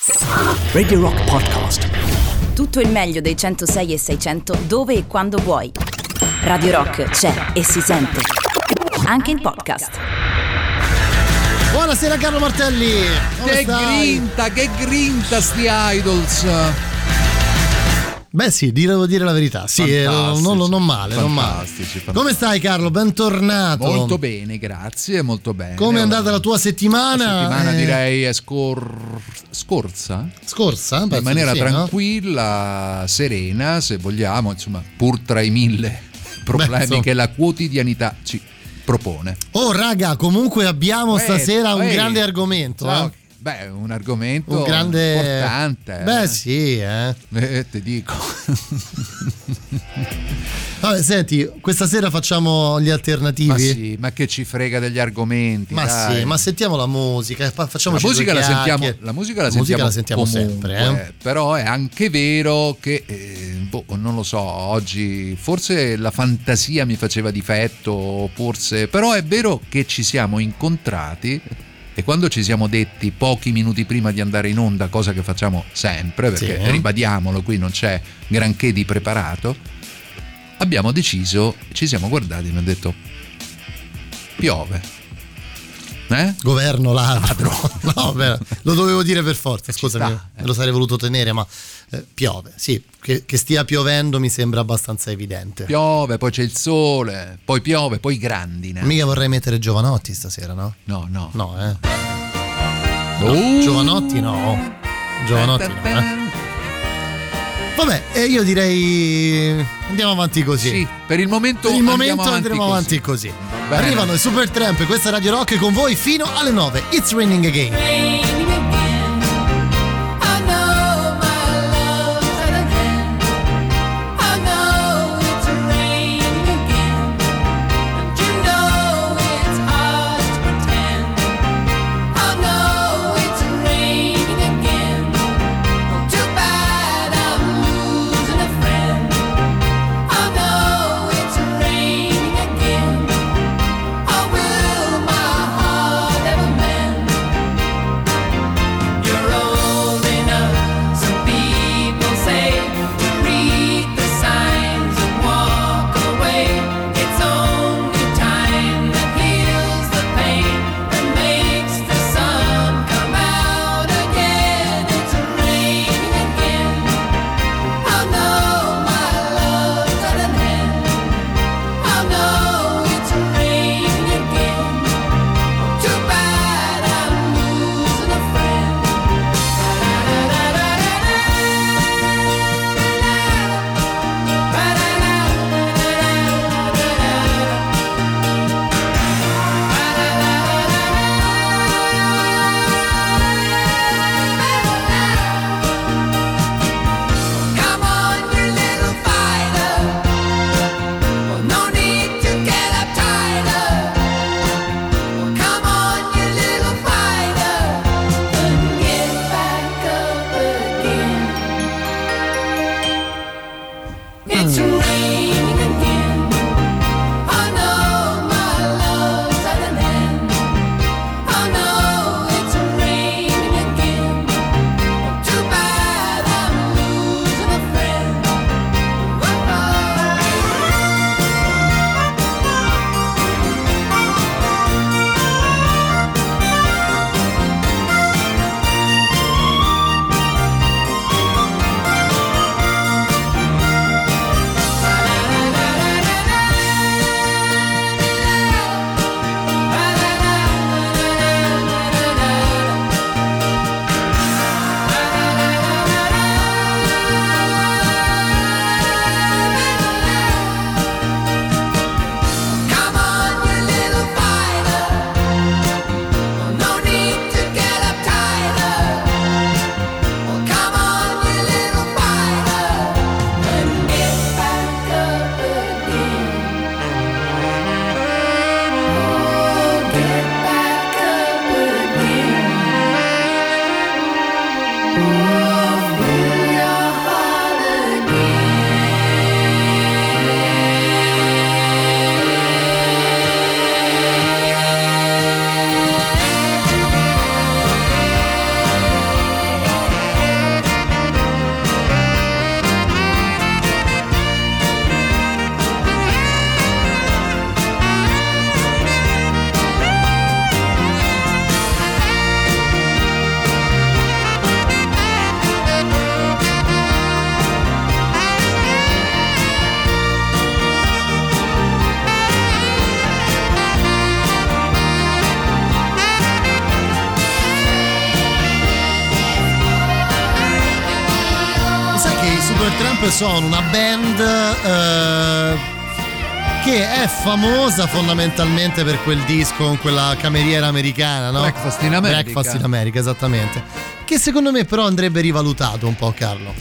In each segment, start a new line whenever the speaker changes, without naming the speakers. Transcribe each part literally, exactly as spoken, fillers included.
Radio Rock Podcast.
Tutto il meglio dei centosei e seicento dove e quando vuoi. Radio Rock c'è e si sente anche in podcast.
Buonasera Carlo Martelli. Come
che
stai?
grinta, che grinta sti Idols.
Beh sì, devo dire la verità. Sì, eh, non, non, non male, non male.
Fantastici, fantastici.
Come stai Carlo? Bentornato.
Molto bene, grazie, molto bene.
Come è andata la tua settimana?
La settimana
eh...
direi è scor... scorsa.
Scorsa?
In maniera
sì,
tranquilla, no? Serena, se vogliamo, insomma, pur tra i mille problemi Beh, so. che la quotidianità ci propone.
Oh raga, comunque abbiamo
Uè,
stasera
uè,
un grande argomento.
ciao.
Eh?
Beh, un argomento
un grande...
importante.
Beh
eh.
sì, eh.
Eh, ti dico.
Vabbè, senti, questa sera facciamo gli alternativi.
Ma sì, ma che ci frega degli argomenti.
Ma
dai.
sì, ma sentiamo la musica, facciamoci
la musica
due
la sentiamo,
chiacchiere.
la musica la
la
sentiamo,
musica la sentiamo
comunque,
sempre, eh.
Però è anche vero che eh, boh, non lo so, oggi forse la fantasia mi faceva difetto, forse, però è vero che ci siamo incontrati. E quando ci siamo detti pochi minuti prima di andare in onda, cosa che facciamo sempre, perché
sì.
ribadiamolo, qui non c'è granché di preparato, abbiamo deciso, ci siamo guardati e mi ha detto piove. Eh?
Governo ladro. No, beh, lo dovevo dire per forza, scusami,
sta, eh.
me lo sarei voluto tenere, ma eh, piove, sì, che, che stia piovendo mi sembra abbastanza evidente.
Piove, poi c'è il sole, poi piove, poi grandina.
Mica vorrei mettere Giovanotti stasera, no?
No, no.
No, eh. No,
Uh.
Giovanotti no. Giovanotti no, eh. Vabbè, e io direi andiamo avanti così.
Sì, per il momento
Per il momento
andiamo
andremo avanti
così.
così.
Bene.
Arrivano i Supertramp, questa è Radio Rock con voi fino alle nove. It's raining again. Supertramp sono una band eh, che è famosa fondamentalmente per quel disco con quella cameriera americana, no?
Breakfast in America.
Breakfast in America, esattamente. Che secondo me però andrebbe rivalutato un po', Carlo.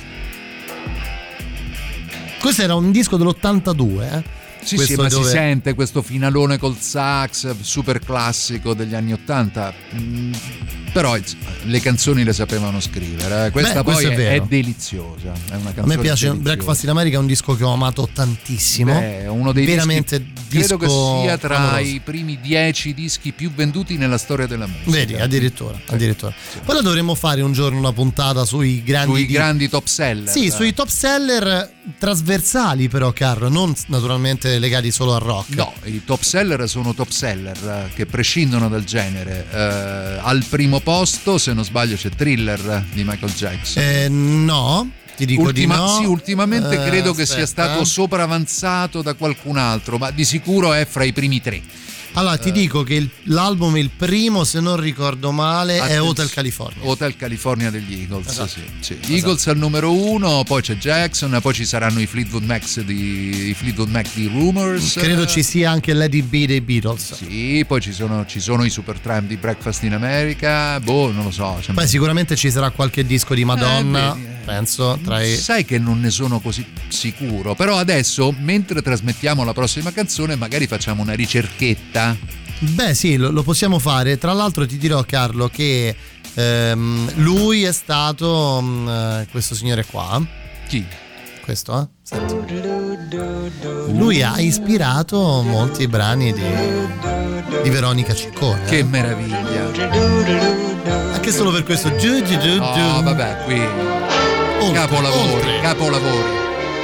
Questo era un disco dell'ottantadue, eh?
Sì,
questo
sì, ma
dove...
si sente questo finalone col sax super classico degli anni ottanta. Mm, però le canzoni le sapevano scrivere. Eh. Questa
Beh,
poi è,
è,
è deliziosa. È una canzone
a me piace
deliziosa.
Breakfast in America, è un disco che ho amato tantissimo.
Beh, è uno dei
veramente
dischi,
disco
credo che sia tra
amoroso.
i primi dieci dischi più venduti nella storia della musica.
Vedi, addirittura,
Sì.
addirittura.
Sì.
Poi la dovremmo fare un giorno una puntata sui grandi
Sui
di...
grandi top seller.
Sì, sui top seller trasversali però, Carlo, non naturalmente legati solo al rock.
No, i top seller sono top seller eh, che prescindono dal genere. Eh, al primo posto, se non sbaglio, c'è Thriller di Michael Jackson.
Eh, no, ti dico
Ultima-
di no.
Sì, ultimamente
Eh,
credo che
aspetta.
sia stato sopravanzato da qualcun altro, ma di sicuro è fra i primi tre.
Allora, ti
eh.
dico che il- l'album, il primo, se non ricordo male, è
Attenz-
Hotel California.
Hotel California degli Eagles,
Esatto.
sì, sì. Gli Eagles al numero uno, poi c'è Jackson, poi ci saranno i Fleetwood Mac di, i Fleetwood Mac di Rumors.
Credo ci sia anche Lady B dei Beatles.
Sì, poi ci sono, ci sono i Supertramp di Breakfast in America, boh, non lo so. Cioè,
Poi sicuramente ci sarà qualche disco di Madonna,
Eh, vedi, eh.
penso, tra i...
Sai che non ne sono così sicuro, però adesso, mentre trasmettiamo la prossima canzone, magari facciamo una ricerchetta.
Beh sì, lo, lo possiamo fare. Tra l'altro ti dirò, Carlo, che ehm, lui è stato mh, questo signore qua.
Chi?
Questo, eh? Senti. Lui ha ispirato molti brani di, di Veronica Ciccone.
Che
eh.
meraviglia.
Anche solo per questo giù giù giù giù.
Oh, vabbè, qui
Oltre,
capolavori,
oltre.
capolavori.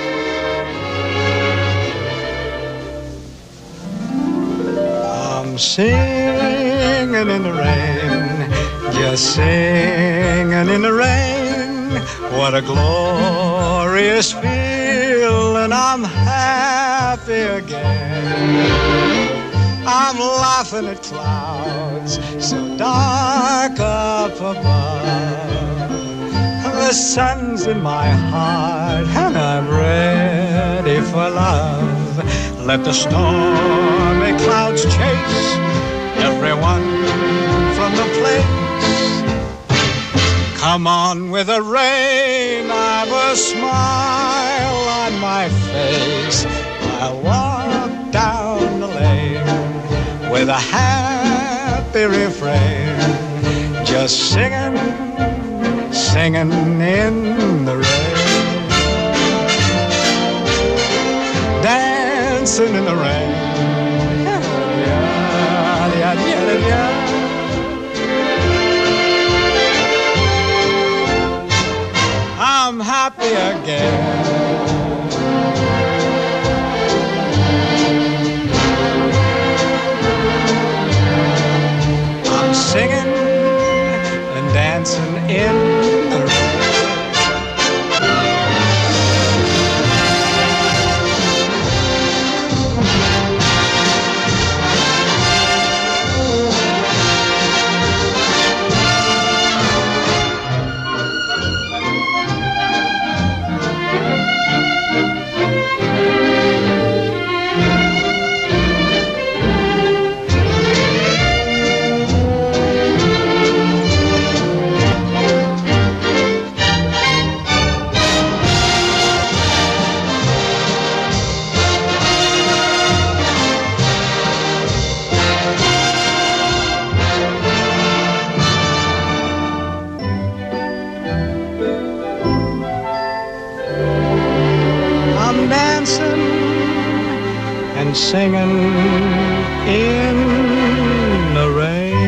I'm singing in the rain, just singing in the rain. What a glorious feeling, I'm happy again. I'm laughing at clouds so dark up above. The sun's in my heart and I'm ready for love. Let the stormy clouds chase everyone from the place. Come on with the rain, I've a smile on my face. I'll walk down the lane with a happy refrain, just singing, singing in the rain, dancing in the rain. I'm happy again. I'm singing and dancing in the rain. I'm dancing and singing in the rain.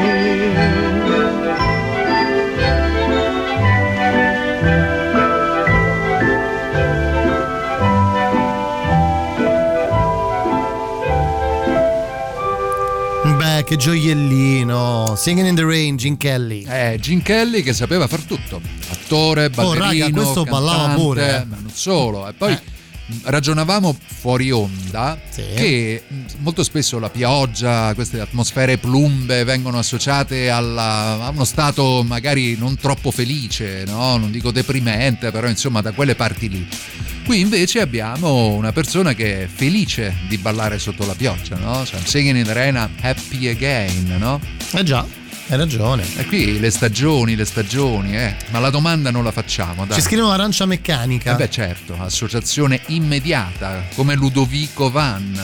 Beh, che gioiellino. Singing in the Rain, Gene Kelly.
Eh, Gene Kelly che sapeva far tutto. Attore, ballerino,
Oh, raga, questo
cantante,
ballava pure, eh.
ma non solo. E poi
Eh.
ragionavamo fuori onda
Sì.
che molto spesso la pioggia, queste atmosfere plumbe vengono associate alla, a uno stato magari non troppo felice, no? Non dico deprimente, però insomma da quelle parti lì. Qui invece abbiamo una persona che è felice di ballare sotto la pioggia, no? Cioè, Singing in the Rain, Happy Again, no?
Eh già, hai ragione.
E qui le stagioni, le stagioni, eh. Ma la domanda non la facciamo, dai.
Ci scrivono Arancia Meccanica.
Eh beh, certo, associazione immediata, come Ludovico Van.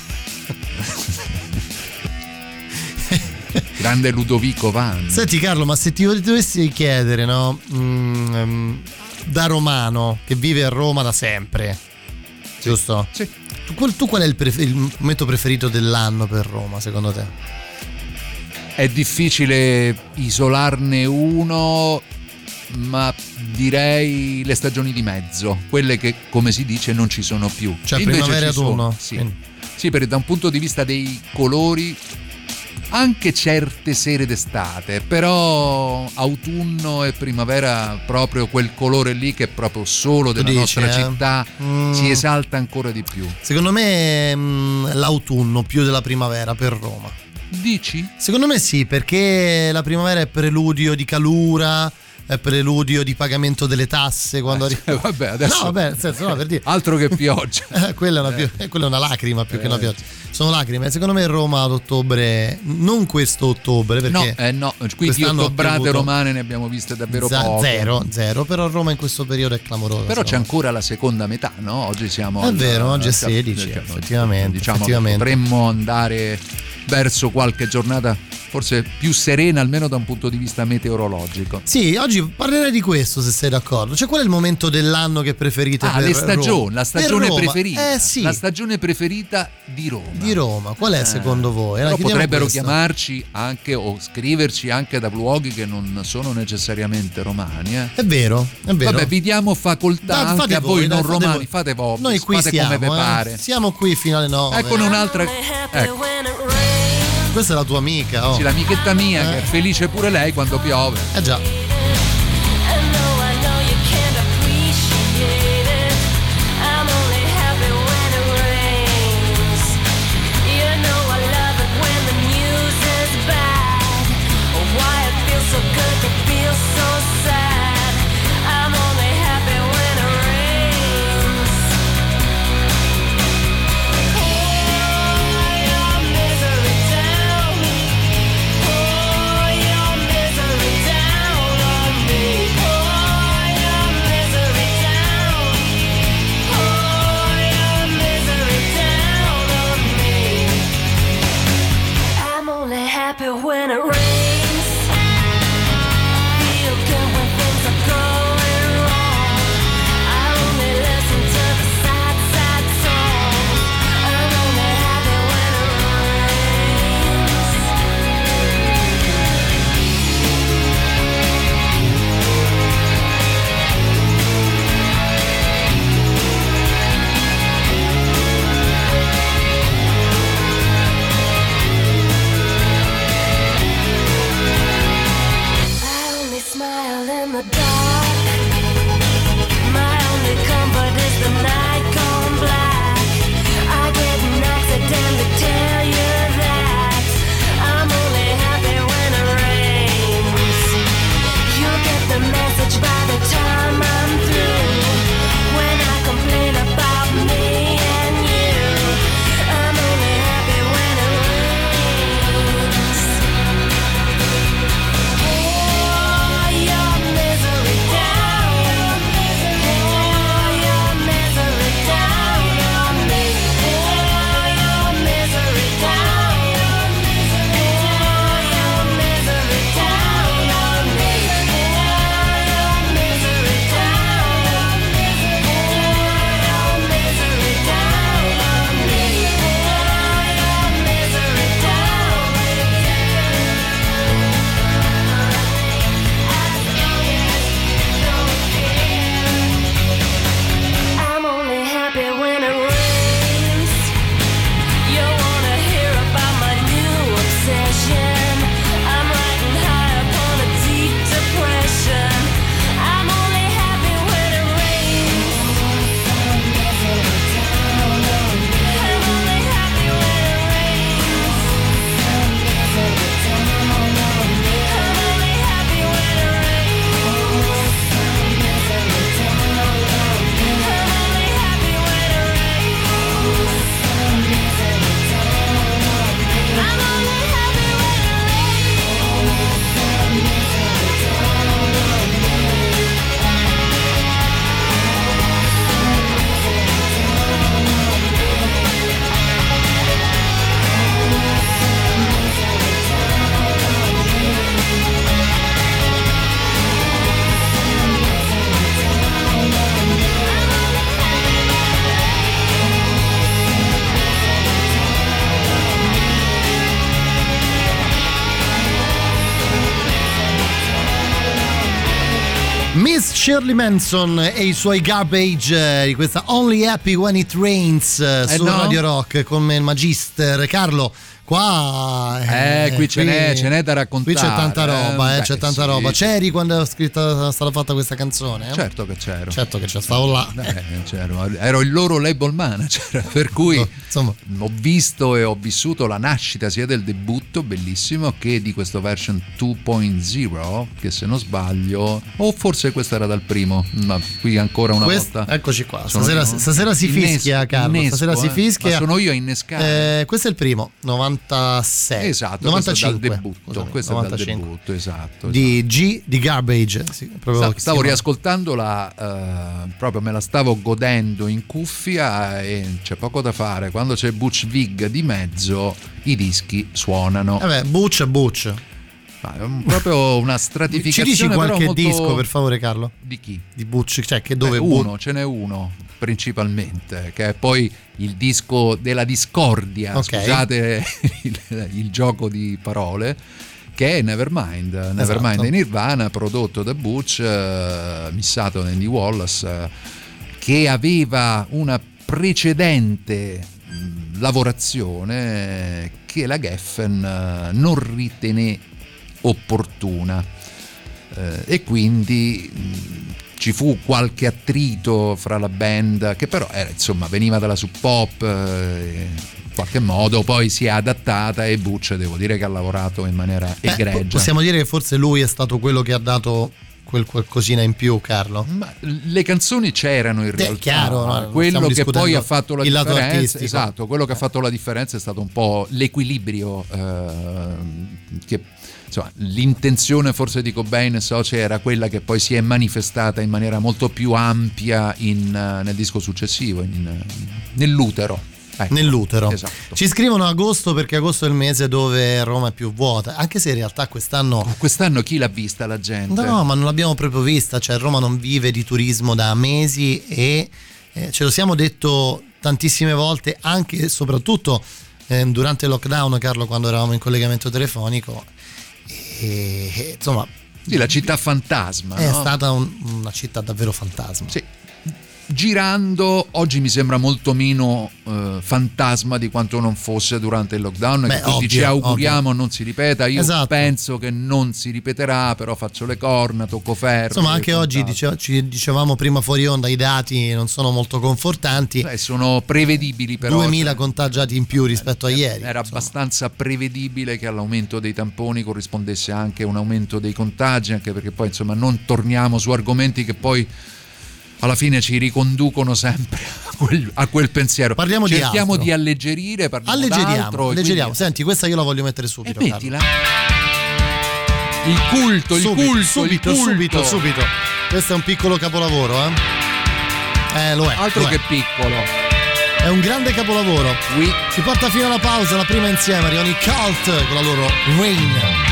Grande Ludovico Van.
Senti Carlo, ma se ti dovessi chiedere, no? Mm, da romano che vive a Roma da sempre, sì. Giusto?
Sì.
Tu, tu qual è il, prefer- il momento preferito dell'anno per Roma, secondo te?
È difficile isolarne uno, ma direi le stagioni di mezzo, quelle che, come si dice, non ci sono più.
Cioè
invece
primavera
ci sono,
autunno?
sì.
Quindi.
Sì, perché da un punto di vista dei colori anche certe sere d'estate, però autunno e primavera proprio quel colore lì che è proprio solo della
dici,
nostra
eh?
città
mm.
si esalta ancora di più.
Secondo me mh, l'autunno più della primavera per Roma.
Dici?
Secondo me sì, perché la primavera è preludio di calura, è preludio di pagamento delle tasse quando
eh,
arriva.
Vabbè, adesso
No, vabbè, nel senso, no, per dire.
altro che pioggia.
Eh, quella, è una più, eh, quella è una lacrima più eh. che una pioggia. Sono lacrime. Secondo me Roma ad ottobre, non questo ottobre, perché
no, eh no, qui di ottobrate romane ne abbiamo viste davvero
Z-
poche.
Zero, zero, però Roma in questo periodo è clamorosa.
Però c'è ancora la seconda metà, no? Oggi siamo
È
al,
vero, oggi è
al,
sedici,
diciamo,
effettivamente,
diciamo
effettivamente.
Potremmo andare verso qualche giornata forse più serena, almeno da un punto di vista meteorologico.
Sì, oggi parlerei di questo, se sei d'accordo. Cioè, qual è il momento dell'anno che preferite
ah,
per
le stagioni,
Roma?
la stagione
Roma.
preferita.
Eh sì.
La stagione preferita di Roma.
Di Roma, qual è
Eh.
secondo voi?
Però
Allora,
potrebbero
questo.
chiamarci anche o scriverci anche da luoghi che non sono necessariamente romani. Eh.
È vero, è vero.
Vabbè, vi diamo facoltà
Dai,
anche
fate
a voi,
voi, dai,
non
fate
romani,
voi.
fate voi,
Noi qui
fate
siamo,
come vi
eh.
pare.
Siamo qui fino alle nove.
Ecco un'altra. Ecco.
Questa è la tua amica, oh.
Sì, l'amichetta mia
Eh.
che è felice pure lei quando piove.
Eh già.
When it rains, feel good when things are going wrong. I only listen to the sad, sad songs. I'm only happy when it smile in the dark. My only comfort is the night gone black. I didn't accidentally tell you that I'm only happy when it rains. You get the message by the time I'm through. When I complain about me and you, I'm only happy when it rains. Oh, your misery down. Oh, your misery down on me. Oh, your misery
Miss Shirley Manson e i suoi Garbage di questa Only Happy When It Rains eh, su
no?
Radio Rock con il Magister Carlo. Qua
eh, eh qui ce n'è, ce n'è da raccontare.
Qui c'è tanta roba, eh,
Beh,
c'è tanta
sì,
roba.
sì.
C'eri quando è scritta, è stata fatta questa canzone? Eh?
Certo che c'ero.
Certo che c'è, stavo là.
Eh, c'ero. Ero il loro label manager, per cui
oh, insomma.
ho visto e ho vissuto la nascita sia del debutto bellissimo che di questo version due punto zero, che se non sbaglio, o forse questo era dal primo, ma qui ancora una
Quest,
volta.
Eccoci qua.
Sono
Stasera,
io?
stasera si
Innesco,
fischia, Carlo.
innesco,
Stasera si
eh.
fischia.
Ma sono io a innescare.
Eh, questo è il primo, novantasei.
Esatto,
novantacinque.
questo è dal debutto,
Scusami,
questo è
novantacinque.
dal debutto, esatto.
Di G di Garbage. Sì, proprio
Sta- stavo
si
riascoltandola, eh, proprio me la stavo godendo in cuffia e c'è poco da fare. Quando c'è Butch Vig di mezzo, i dischi suonano.
chiama. Eh beh, Butch è Butch.
Ma è un- proprio una stratificazione.
Ci dici
però
qualche
molto...
disco, per favore, Carlo?
Di chi?
Di Butch, cioè che dove
Beh,
Bu-
uno, ce n'è uno principalmente, che è poi il disco della discordia,
Ok.
scusate il, il gioco di parole, che è Nevermind, Nevermind
Esatto.
di Nirvana, prodotto da Butch, eh, missato da Andy Wallace, eh, che aveva una precedente mh, lavorazione che la Geffen eh, non ritenne opportuna, eh, e quindi mh, ci fu qualche attrito fra la band, che però era, insomma, veniva dalla sub pop, eh, in qualche modo poi si è adattata, e Butch devo dire che ha lavorato in maniera
Beh,
egregia.
possiamo dire che forse lui è stato quello che ha dato quel qualcosina in più, Carlo.
Ma le canzoni c'erano in
È
realtà.
chiaro, no?
Quello
Stiamo
che poi
discutendo
ha fatto la
il lato
differenza,
artistico.
esatto, quello che ha fatto la differenza è stato un po' l'equilibrio, eh, che insomma, l'intenzione forse di Cobain e Soce era quella che poi si è manifestata in maniera molto più ampia in, nel disco successivo, in, nell'utero. Ecco,
Nell'utero.
esatto.
Ci scrivono agosto perché agosto è il mese dove Roma è più vuota, anche se in realtà quest'anno
Quest'anno chi l'ha vista la gente?
no, ma non l'abbiamo proprio vista, cioè Roma non vive di turismo da mesi e eh, ce lo siamo detto tantissime volte, anche e soprattutto eh, durante il lockdown, Carlo, quando eravamo in collegamento telefonico e, e, insomma
Sì, la città fantasma,
è
no?
stata un- una città davvero fantasma.
Sì. Girando oggi mi sembra molto meno eh, fantasma di quanto non fosse durante il lockdown,
Beh,
che tutti
ovvio,
ci auguriamo
ovvio.
non si ripeta. Io
Esatto.
penso che non si ripeterà, però faccio le corna, tocco ferro.
Insomma, anche
e
oggi
quant'altro.
dice- ci dicevamo prima fuori onda, i dati non sono molto confortanti.
Beh, sono prevedibili, però
duemila contagiati in più rispetto a ieri.
era
insomma.
abbastanza prevedibile che all'aumento dei tamponi corrispondesse anche un aumento dei contagi, anche perché poi insomma non torniamo su argomenti che poi alla fine ci riconducono sempre a quel, a quel pensiero.
Parliamo di
Cerchiamo
altro.
di alleggerire, parliamo
Alleggeriamo,
d'altro, e
alleggeriamo.
quindi-
Senti, questa io la voglio mettere
E
subito. Carlo.
mettila. Il culto, il
subito,
culto,
subito,
il culto.
subito, subito. Questo è un piccolo capolavoro, eh? Eh, lo è.
Altro
lo è.
che piccolo.
È un grande capolavoro.
Qui
Ci porta fino alla pausa, la prima insieme, arrivano i Cult con la loro Rain.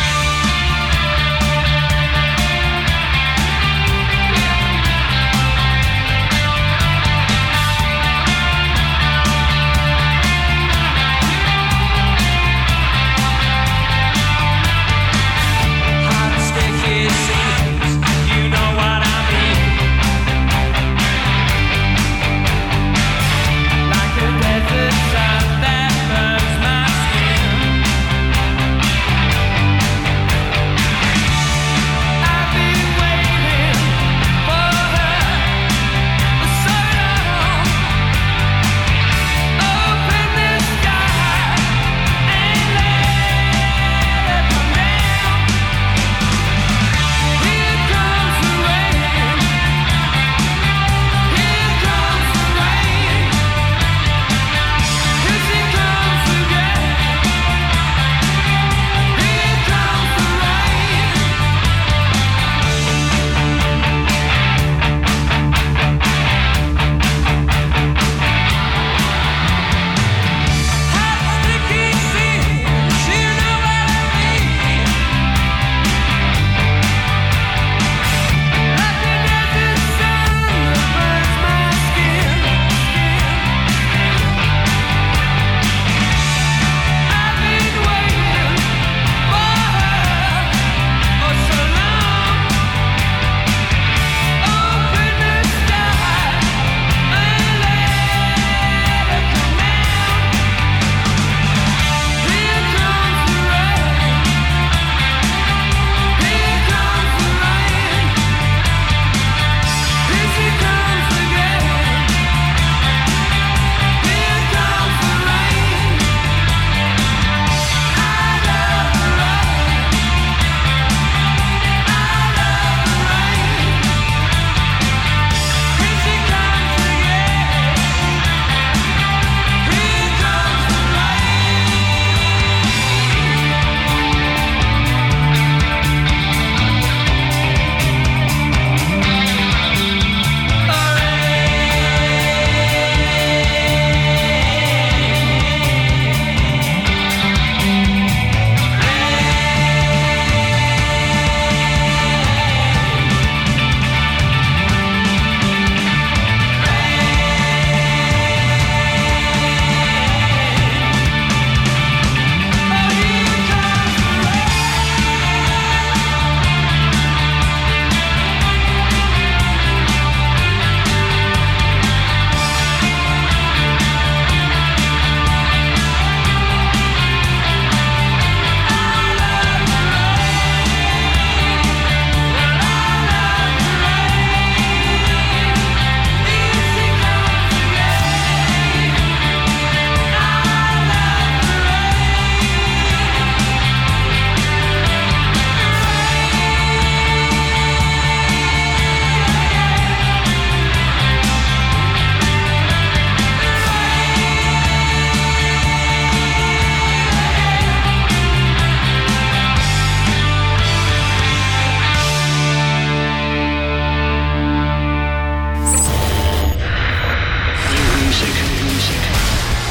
Hot sticky seasons, you know what I mean. Like a desert sun that burns my skin.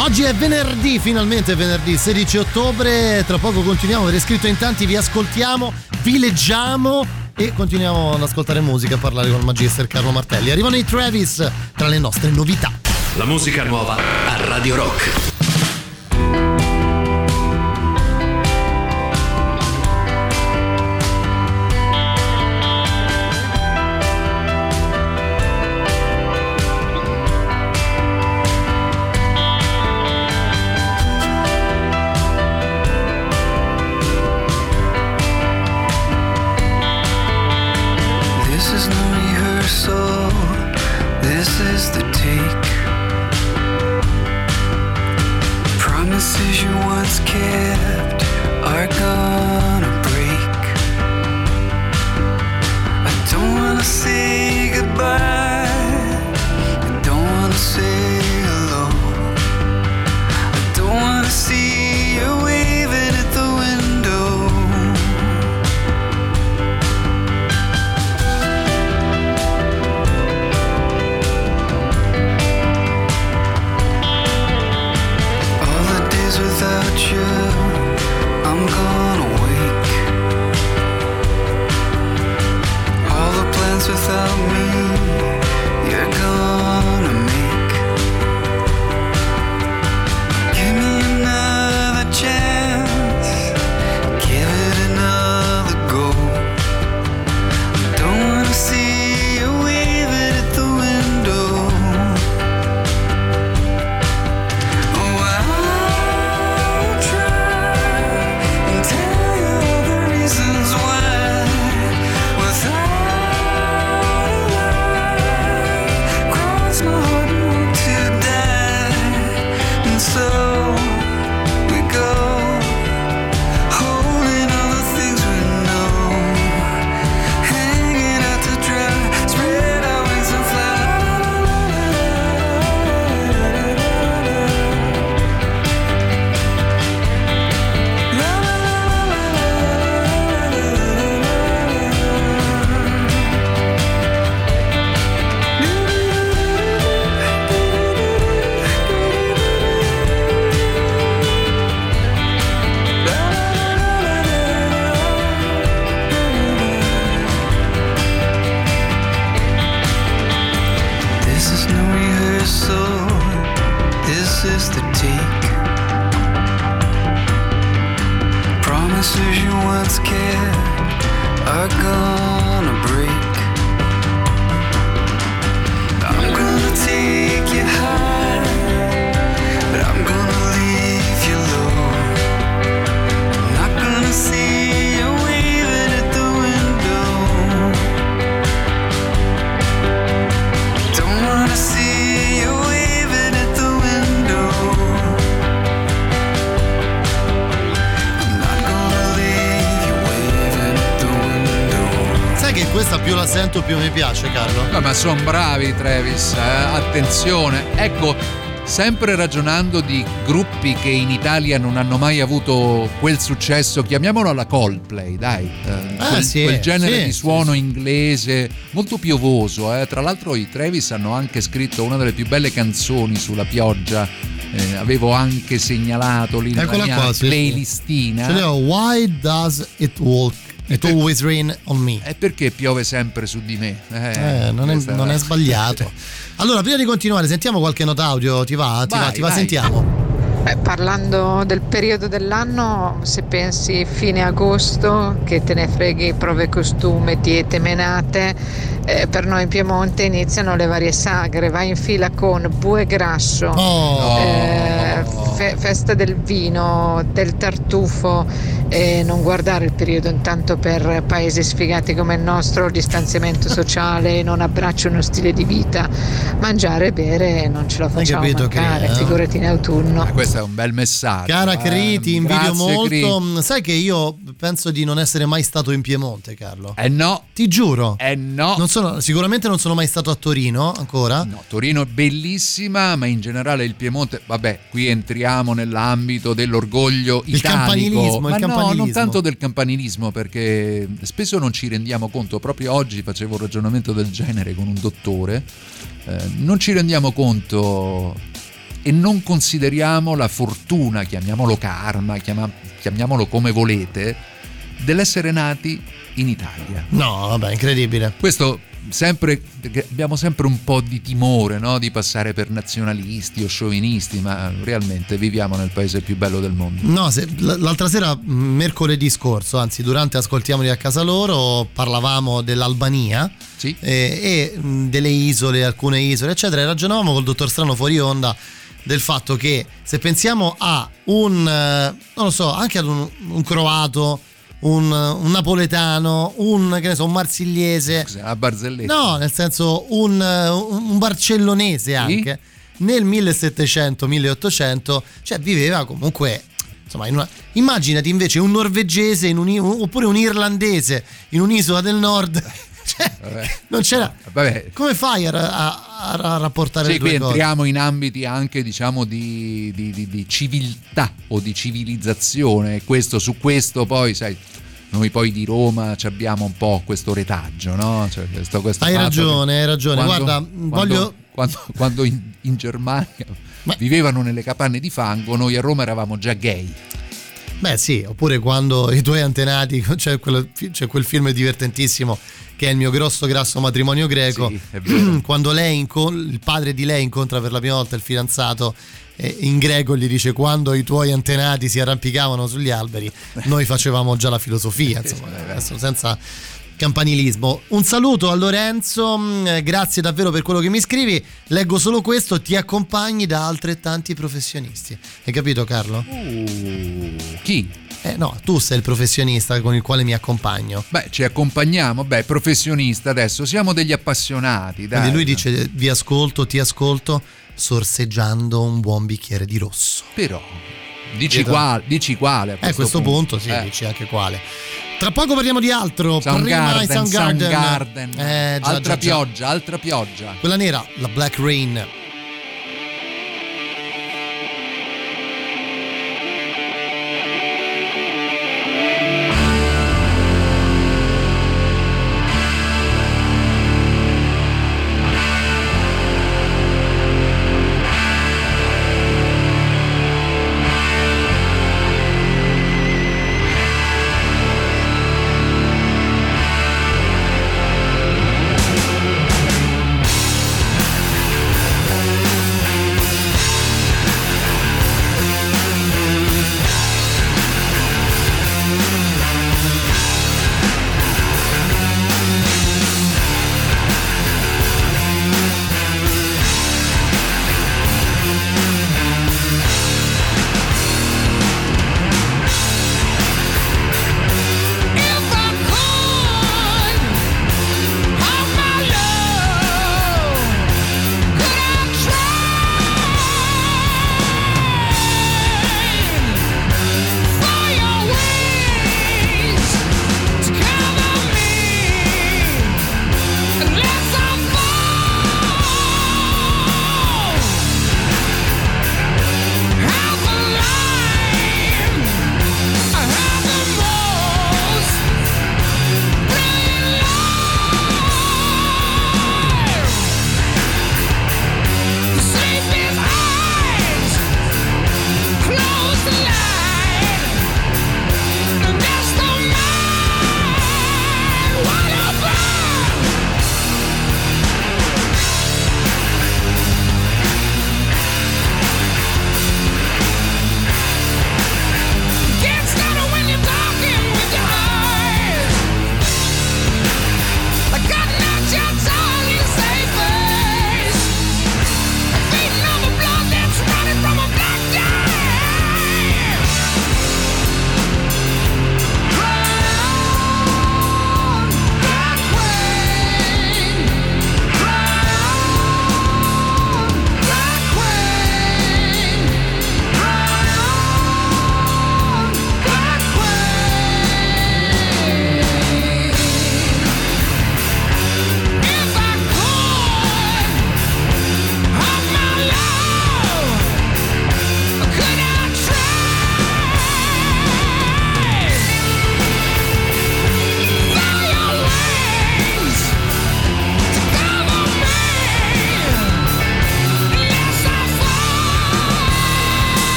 Oggi è venerdì, finalmente venerdì sedici ottobre, tra poco continuiamo, avete scritto in tanti, vi ascoltiamo, vi leggiamo e continuiamo ad ascoltare musica, a parlare con il Magister Carlo Martelli. Arrivano i Travis tra le nostre novità.
La musica nuova a Radio Rock.
Più mi piace, Carlo.
No, ma sono bravi i Travis, eh? Attenzione. Ecco, sempre ragionando di gruppi che in Italia non hanno mai avuto quel successo, chiamiamolo alla Coldplay, dai. Eh,
ah,
quel,
sì,
quel genere
sì,
di suono
sì,
inglese molto piovoso. Eh? Tra l'altro i Travis hanno anche scritto una delle più belle canzoni sulla pioggia. Eh, avevo anche segnalato lì nella
Eccola
mia
qua, sì,
playlistina.
Ce l'ho, Why Does It Walk? It always rain on me.
È perché piove sempre su di me.
Eh, eh, non, è,
questa...
non è sbagliato. Allora, prima di continuare, sentiamo qualche nota audio. Ti va? Ti
vai,
va? Ti va?
vai.
Sentiamo.
Beh, parlando del periodo dell'anno, se pensi fine agosto, che te ne freghi prove costume, diete, menate, eh, per noi in Piemonte iniziano le varie sagre, vai in fila con Bue Grasso,
Oh.
eh, fe- festa del vino, del tartufo, e non guardare il periodo intanto per paesi sfigati come il nostro, il distanziamento sociale, non abbraccio uno stile di vita, mangiare e bere non ce la facciamo mancare,
Cri, eh?
figurati in autunno.
Eh, questo è un bel messaggio.
Cara Cri,
eh.
ti invidio
Grazie,
molto.
Cri.
Sai che io penso di non essere mai stato in Piemonte, Carlo.
Eh no.
Ti giuro.
Eh no.
Non sono, sicuramente non sono mai stato a Torino ancora.
No, Torino è bellissima, ma in generale il Piemonte, vabbè, qui entriamo nell'ambito dell'orgoglio
Il
italico.
campanilismo,
ma
il
no,
campanilismo.
non tanto del campanilismo, perché spesso non ci rendiamo conto. Proprio oggi facevo un ragionamento del genere con un dottore. Eh, non ci rendiamo conto e non consideriamo la fortuna, chiamiamolo karma, chiama, chiamiamolo come volete, dell'essere nati in Italia.
No, vabbè, incredibile.
Questo sempre, abbiamo sempre un po' di timore, no? Di passare per nazionalisti o sciovinisti, ma realmente viviamo nel paese più bello del mondo.
No, se, l'altra sera, mercoledì scorso, anzi durante Ascoltiamoli a casa loro, parlavamo dell'Albania,
sì,
e, e delle isole, alcune isole eccetera, e ragionavamo col dottor Strano fuori onda del fatto che se pensiamo a un, non lo so, anche ad un, un croato, Un, un napoletano, un, che ne so, un marsigliese,
una barzelletta,
no, nel senso un, un barcellonese anche, sì, nel millesettecento milleottocento, cioè viveva comunque, insomma, in una, immaginati invece un norvegese in un, oppure un irlandese in un'isola del nord. Cioè, non c'era.
Vabbè.
Come fai a, a, a rapportare
sì,
le due
qui
cose?
Entriamo in ambiti anche, diciamo, di, di, di, di civiltà o di civilizzazione. Questo su questo poi, sai, noi poi di Roma ci abbiamo un po' questo retaggio, no? Cioè, questo, questo
hai ragione, hai ragione.
Quando,
Guarda,
quando,
voglio.
Quando, quando in, in Germania Ma... vivevano nelle capanne di fango, noi a Roma eravamo già gay.
Beh sì, oppure quando i tuoi antenati, c'è, quello, c'è quel film divertentissimo che è Il mio grosso grasso matrimonio greco,
sì, è vero.
Quando lei inco- il padre di lei incontra per la prima volta il fidanzato, eh, in greco gli dice: quando i tuoi antenati si arrampicavano sugli alberi noi facevamo già la filosofia, insomma, adesso senza campanilismo. Un saluto a Lorenzo, grazie davvero per quello che mi scrivi, leggo solo questo: ti accompagni da altrettanti professionisti. Hai capito, Carlo?
Uh, chi?
Eh no, tu sei il professionista con il quale mi accompagno.
Beh, ci accompagniamo, beh, professionista adesso, siamo degli appassionati, dai.
Quindi lui dice: vi ascolto, ti ascolto, sorseggiando un buon bicchiere di rosso.
Però, dici, qual, dici quale a questo,
eh, a questo punto, punto sì,
eh.
dici anche quale. Tra poco parliamo di altro.
Soundgarden,
Prima Soundgarden.
Soundgarden.
Eh, già,
altra
già, già.
pioggia, altra pioggia.
Quella nera, la Black Rain.
I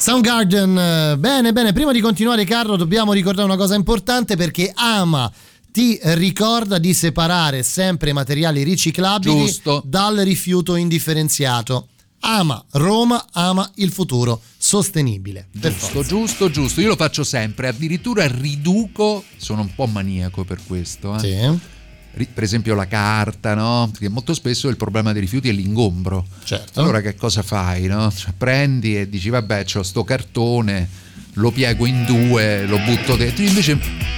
Soundgarden, bene bene, prima di continuare Carlo dobbiamo ricordare una cosa importante, perché Ama ti ricorda di separare sempre i materiali riciclabili
Giusto.
dal rifiuto indifferenziato. Ama Roma, ama il futuro sostenibile. Per
Giusto,
forza.
giusto, giusto. Io lo faccio sempre, addirittura riduco, sono un po' maniaco per questo. Eh.
Sì,
Ri- Per esempio la carta, no? Perché molto spesso il problema dei rifiuti è l'ingombro.
certo.
Allora che cosa fai, no? Cioè, prendi e dici vabbè, c'ho sto cartone, lo piego in due, lo butto dentro, invece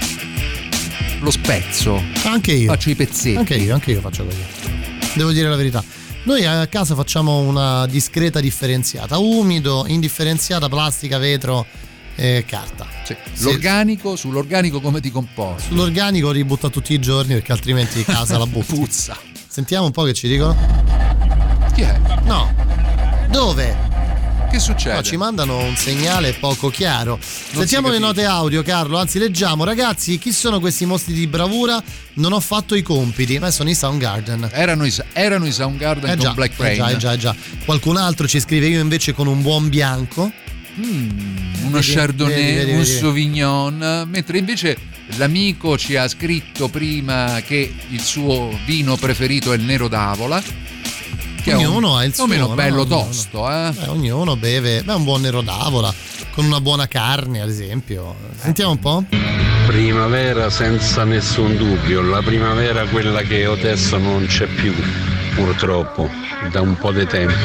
lo spezzo,
Anche io.
faccio i pezzetti.
Anche io, anche io faccio così. Devo dire la verità. Noi a casa facciamo una discreta differenziata: umido, indifferenziata, plastica, vetro e carta.
Sì.
Sì.
L'organico, sull'organico come ti comporti?
Sull'organico ributta tutti i giorni, perché altrimenti casa la butti.
Puzza.
Sentiamo un po' che ci dicono.
Chi è?
No. Dove?
Che succede?
No, ci mandano un segnale poco chiaro. Sentiamo le note audio, Carlo, anzi leggiamo. Ragazzi, chi sono questi mostri di bravura? Non ho fatto i compiti. Ma sono i Soundgarden.
Erano i, erano i Soundgarden
Eh
con
già,
Black
eh
Brain.
già, eh già, eh già. Qualcun altro ci scrive: io invece con un buon bianco.
Mm, uno
Vedi,
Chardonnay,
vedi, vedi,
un
vedi.
Sauvignon, mentre invece l'amico ci ha scritto prima che il suo vino preferito è il Nero d'Avola, che
Ognuno
è un,
ha il
o
suo,
meno
no?
bello
Ognuno.
tosto, eh?
Eh, ognuno beve, beh, un buon Nero d'Avola con una buona carne, ad esempio. Sentiamo un po'.
Primavera senza nessun dubbio, la primavera quella che adesso non c'è più, purtroppo, da un po' di tempo.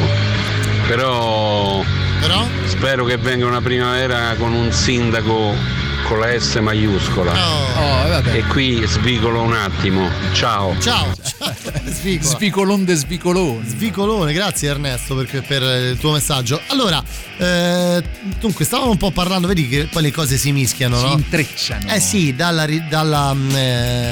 Però
Però
spero che venga una primavera con un sindaco con la S maiuscola.
oh,
Oh, vabbè.
E qui svicolo un attimo. Ciao.
ciao, ciao. Svicola.
Svicolon de svicolone.
Svicolone, grazie Ernesto per, per il tuo messaggio. Allora, eh, dunque, stavamo un po' parlando, vedi che poi le cose si mischiano,
Si
no?
intrecciano.
Eh sì, dalla, ri- dalla mm, eh,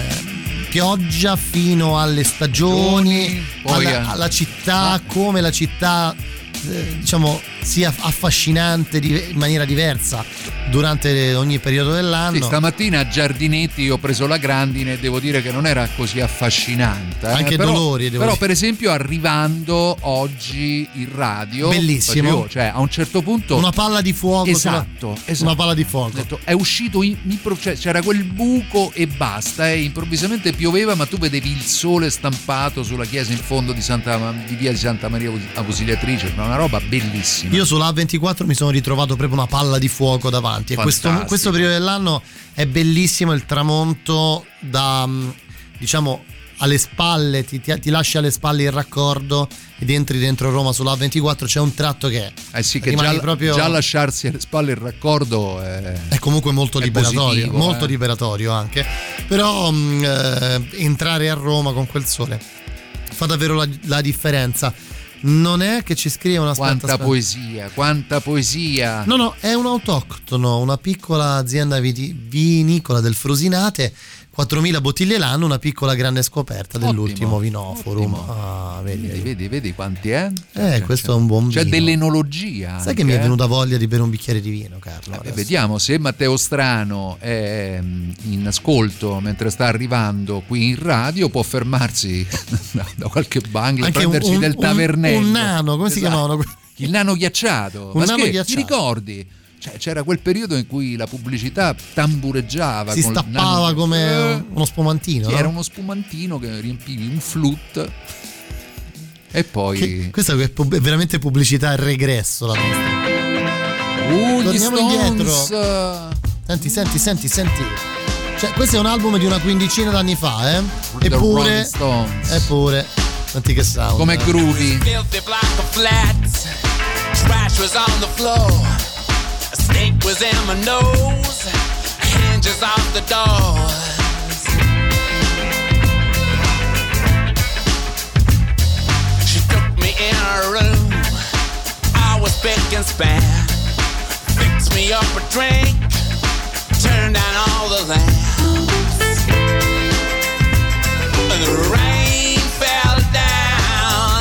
pioggia fino alle stagioni,
Poi
alla,
a-
alla città, come la città eh, diciamo sia affascinante di- in maniera diversa durante ogni periodo dell'anno.
Sì, stamattina a Giardinetti ho preso la grandine e devo dire che non era così affascinante. eh.
Anche
però,
dolori, devo
Però
dire.
per esempio arrivio oggi in radio.
Bellissimo.
facevo- cioè a un certo punto...
Una palla di fuoco,
Esatto,
sulla-
esatto.
una palla di
Ho
fuoco.
detto, è uscito in- impro- cioè, c'era quel buco e basta, e improvvisamente pioveva, ma tu vedevi il sole stampato sulla chiesa in fondo di, Santa, di via di Santa Maria Ausiliatrice, ma una roba bellissima.
Io sulla A ventiquattro mi sono ritrovato proprio una palla di fuoco davanti, e questo,
Fantastico.
questo periodo dell'anno è bellissimo. Il tramonto da mm, diciamo alle spalle, ti, ti, ti lascia alle spalle il raccordo ed entri dentro Roma sulla A ventiquattro. C'è un tratto che
Eh sì, che
rimani
già,
proprio-
già lasciarsi alle spalle il raccordo è,
è comunque molto
è
liberatorio,
positivo,
molto
eh.
liberatorio anche. Però mm, eh, entrare a Roma con quel sole fa davvero la, la differenza. Non è che ci scrivono, aspetta,
Quanta
aspetta.
poesia, quanta poesia.
No, no, è un autoctono, una piccola azienda viti- vinicola del Frosinate, quattromila bottiglie l'anno, una piccola grande scoperta dell'ultimo
Ottimo,
Vinoforum.
ottimo.
Ah, vedi,
Vedi,
vedi.
vedi, vedi quanti è?
Eh, questo è un buon
C'è
vino.
dell'enologia.
Sai che
anche,
mi è
eh?
venuta voglia di bere un bicchiere di vino, Carlo?
Vabbè,
adesso.
vediamo se Matteo Strano è mm, in ascolto mentre sta arrivando qui in radio, può fermarsi da, da qualche bangla e
Anche un-
prendersi
un-
del
un-
tavernello.
un nano, come si
Esatto.
chiamavano?
Il nano ghiacciato.
Un
Ma
nano
scherzi,
ghiacciato.
ti ricordi? Cioè, c'era quel periodo in cui la pubblicità tambureggiava.
Si
col
stappava
nano-
come
Eh,
uno spumantino,
sì,
no?
era uno spumantino che riempivi un flute e poi
Che- questa è pub- è veramente pubblicità e regresso la nostra.
uh, gli
Torniamo
Stones.
Senti, senti, senti, senti. Cioè, questo è un album di una quindicina d'anni fa, eh?
The
Eppure,
Rolling Stones.
eppure, senti che sound.
Come
eh.
groovy.
Filthy block of flats. Trash was on the floor. A stink was in my nose. Hinges off the doors. She took me in her room. I was spick and span. Fixed me up a drink. Turned down all the lamps. And the rain fell down.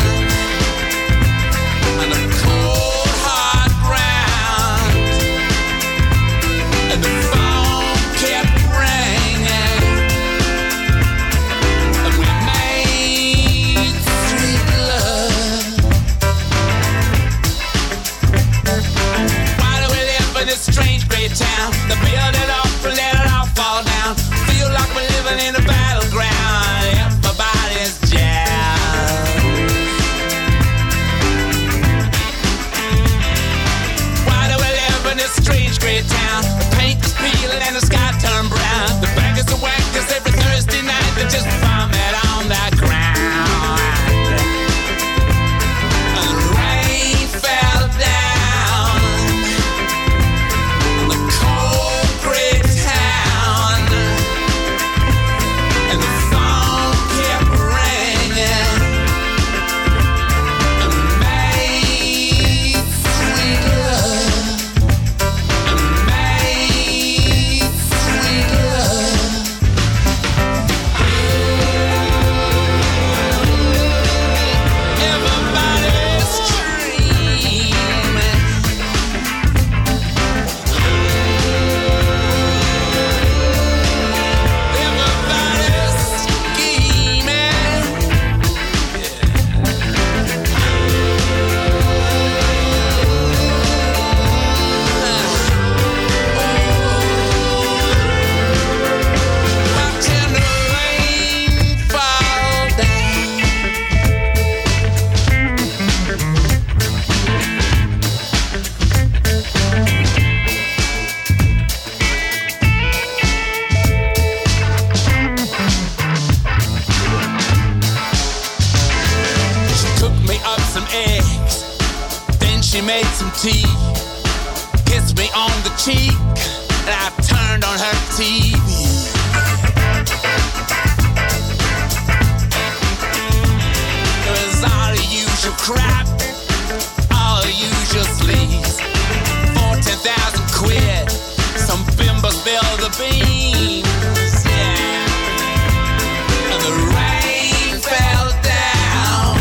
On the cold hard ground, and the phone kept ringing, and we made sweet love. Why do we made some tea, kissed me on the cheek, and I turned on her T V. It was all the usual crap, all the usual sleaze. Fourteen thousand quid, some bimbo spilled the beans, yeah. And the rain fell down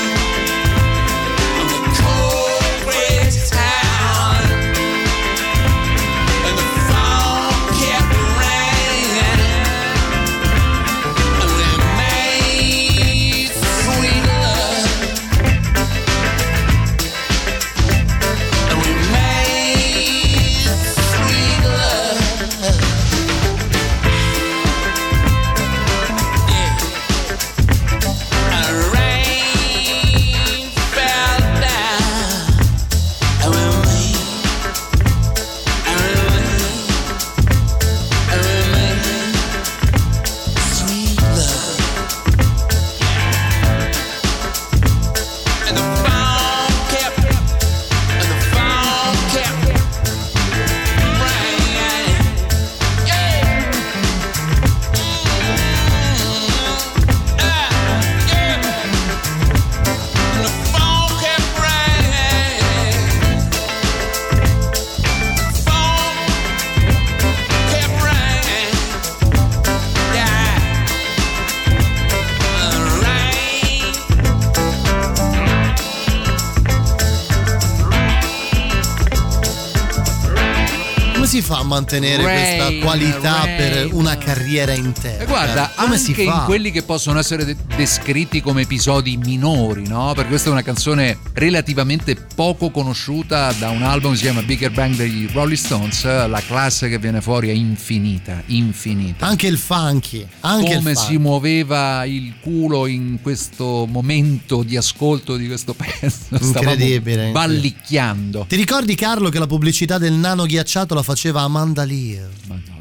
on the cold gray town, and the phone kept ringing, and we made sweet love, and we made sweet love.
Si fa a mantenere
Rain,
questa qualità
Rain.
per una carriera intera?
E guarda,
come
anche
si fa?
in quelli che possono essere de- descritti come episodi minori, no? Perché questa è una canzone relativamente poco conosciuta da un album che si chiama Bigger Bang degli Rolling Stones. La classe che viene fuori è infinita, infinita.
Anche il funky, anche
come
il
si
funky.
muoveva il culo in questo momento di ascolto di questo pezzo.
Incredibile,
ballicchiando.
Ti ricordi, Carlo, che la pubblicità del nano ghiacciato la faceva Amanda Lear?
Ma no,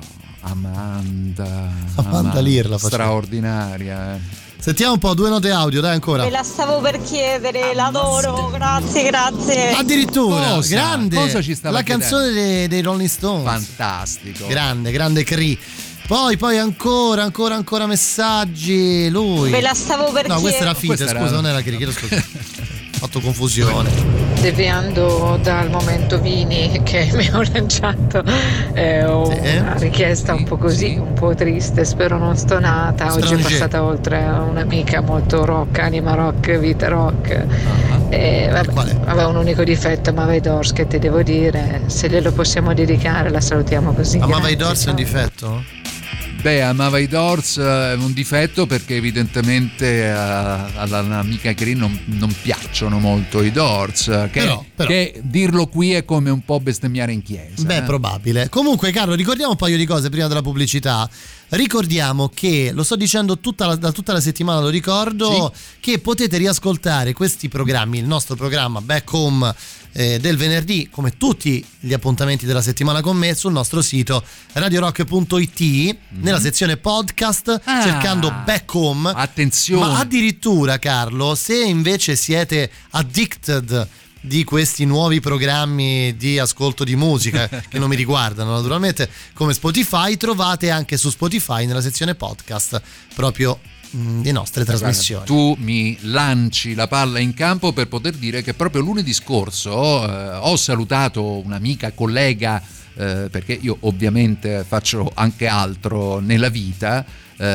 Amanda
Amanda Lear la faceva.
straordinaria, eh.
Sentiamo un po', due note audio, dai ancora.
Me la stavo per chiedere, l'adoro, grazie, grazie.
Addirittura,
Cosa?
grande.
Cosa ci stava
La
chiedendo?
canzone dei, dei Rolling Stones.
Fantastico.
Grande, grande Cree. Poi, poi ancora, ancora, ancora messaggi. Lui.
Me la stavo per
No, questa era
chiedere.
Fite,
Questa
scusa,
era-
non era Cree, chiedo scusa. Ho fatto confusione.
Deviando dal momento Vini che mi ho lanciato, eh, ho
Sì.
una richiesta un po' così,
Sì.
un po' triste, spero non stonata. Oggi è
Stranger.
passata oltre a un'amica molto rock, anima rock, vita rock.
Ah.
E, vabbè,
Qual è?
aveva un unico difetto, Mava i Doors, che ti devo dire, se glielo possiamo dedicare la salutiamo così.
Amava i
Grazie,
Doors è un
ciao.
difetto?
Beh, amava i Doors è un difetto perché evidentemente eh, all'amica Cree non, non piacciono molto i Doors, che,
Però, però.
che dirlo qui è come un po' bestemmiare in chiesa.
Beh,
eh.
probabile. Comunque, Carlo, ricordiamo un paio di cose prima della pubblicità. Ricordiamo che, lo sto dicendo tutta la, da tutta la settimana, lo ricordo, che potete riascoltare questi programmi, il nostro programma Back Home eh, del venerdì, come tutti gli appuntamenti della settimana con me, sul nostro sito radio rock punto it,
Mm-hmm.
nella sezione podcast,
Ah.
cercando Back Home.
Attenzione.
Ma addirittura, Carlo, se invece siete addicted di questi nuovi programmi di ascolto di musica che non mi riguardano naturalmente, come Spotify, trovate anche su Spotify nella sezione podcast proprio mh, le nostre trasmissioni.
Guarda, tu mi lanci la palla in campo per poter dire che proprio lunedì scorso eh, ho salutato un'amica collega, eh, perché io ovviamente faccio anche altro nella vita,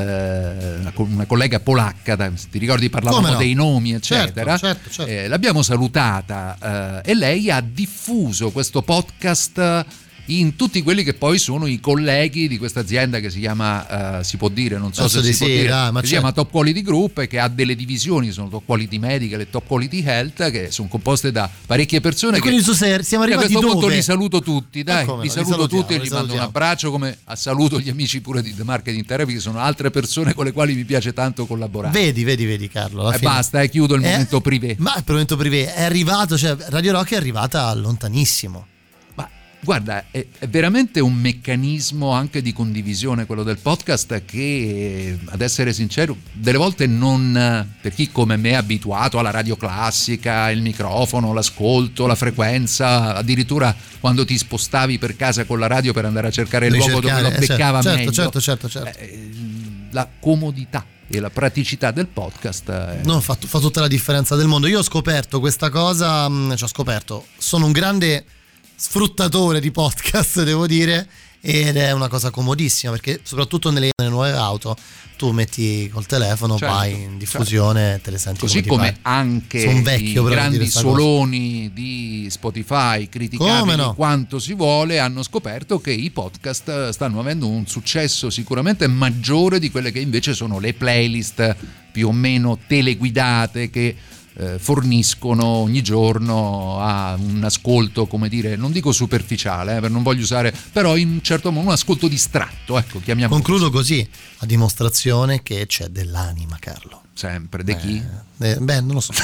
eh, una, una collega polacca, da, se ti ricordi parlavamo
Come no?
dei nomi eccetera,
Certo, certo, certo.
Eh, l'abbiamo salutata eh, e lei ha diffuso questo podcast in tutti quelli che poi sono i colleghi di questa azienda che si chiama, uh, si può dire, non so
Penso
se
di
si può
sì,
dire,
dai, ma
si
certo.
chiama Top Quality Group e che ha delle divisioni, sono Top Quality Medical e Top Quality Health, che sono composte da parecchie persone.
E
che,
quindi tu sei, siamo
io a
arrivati
questo
dove?
punto li saluto tutti, dai,
Eh, come
li
no, li
saluto
salutiamo,
tutti e
li
gli mando un
salutiamo.
abbraccio, come a saluto gli amici pure di The Marketing Therapy, che sono altre persone con le quali mi piace tanto collaborare.
Vedi, vedi, vedi Carlo. alla
E
fine-
basta, eh, chiudo il
Eh,
momento privé.
Ma il momento privé è arrivato, cioè Radio Rock è arrivata lontanissimo.
Ma Guarda, è, è veramente un meccanismo anche di condivisione quello del podcast che, ad essere sincero, delle volte non, per chi come me è abituato alla radio classica, il microfono, l'ascolto, la frequenza, addirittura quando ti spostavi per casa con la radio per andare a cercare il luogo dove lo beccava
certo,
meglio,
certo, certo, certo.
Eh, la comodità e la praticità del podcast è...
no, fa, fa tutta la differenza del mondo. Io ho scoperto questa cosa, cioè ho scoperto, sono un grande sfruttatore di podcast, devo dire, ed è una cosa comodissima perché soprattutto nelle, nelle nuove auto tu metti col telefono, certo, vai in diffusione, certo, te le senti
così come, come anche
Sono vecchio,
i grandi soloni di Spotify, criticabili no? quanto si vuole, hanno scoperto che i podcast stanno avendo un successo sicuramente maggiore di quelle che invece sono le playlist più o meno teleguidate che Eh, forniscono ogni giorno a un ascolto, come dire, non dico superficiale, eh, non voglio usare, però in un certo modo un ascolto distratto, ecco, chiamiamo.
Concludo così, a dimostrazione che c'è dell'anima, Carlo.
Sempre, di chi?
Eh, beh, non lo so.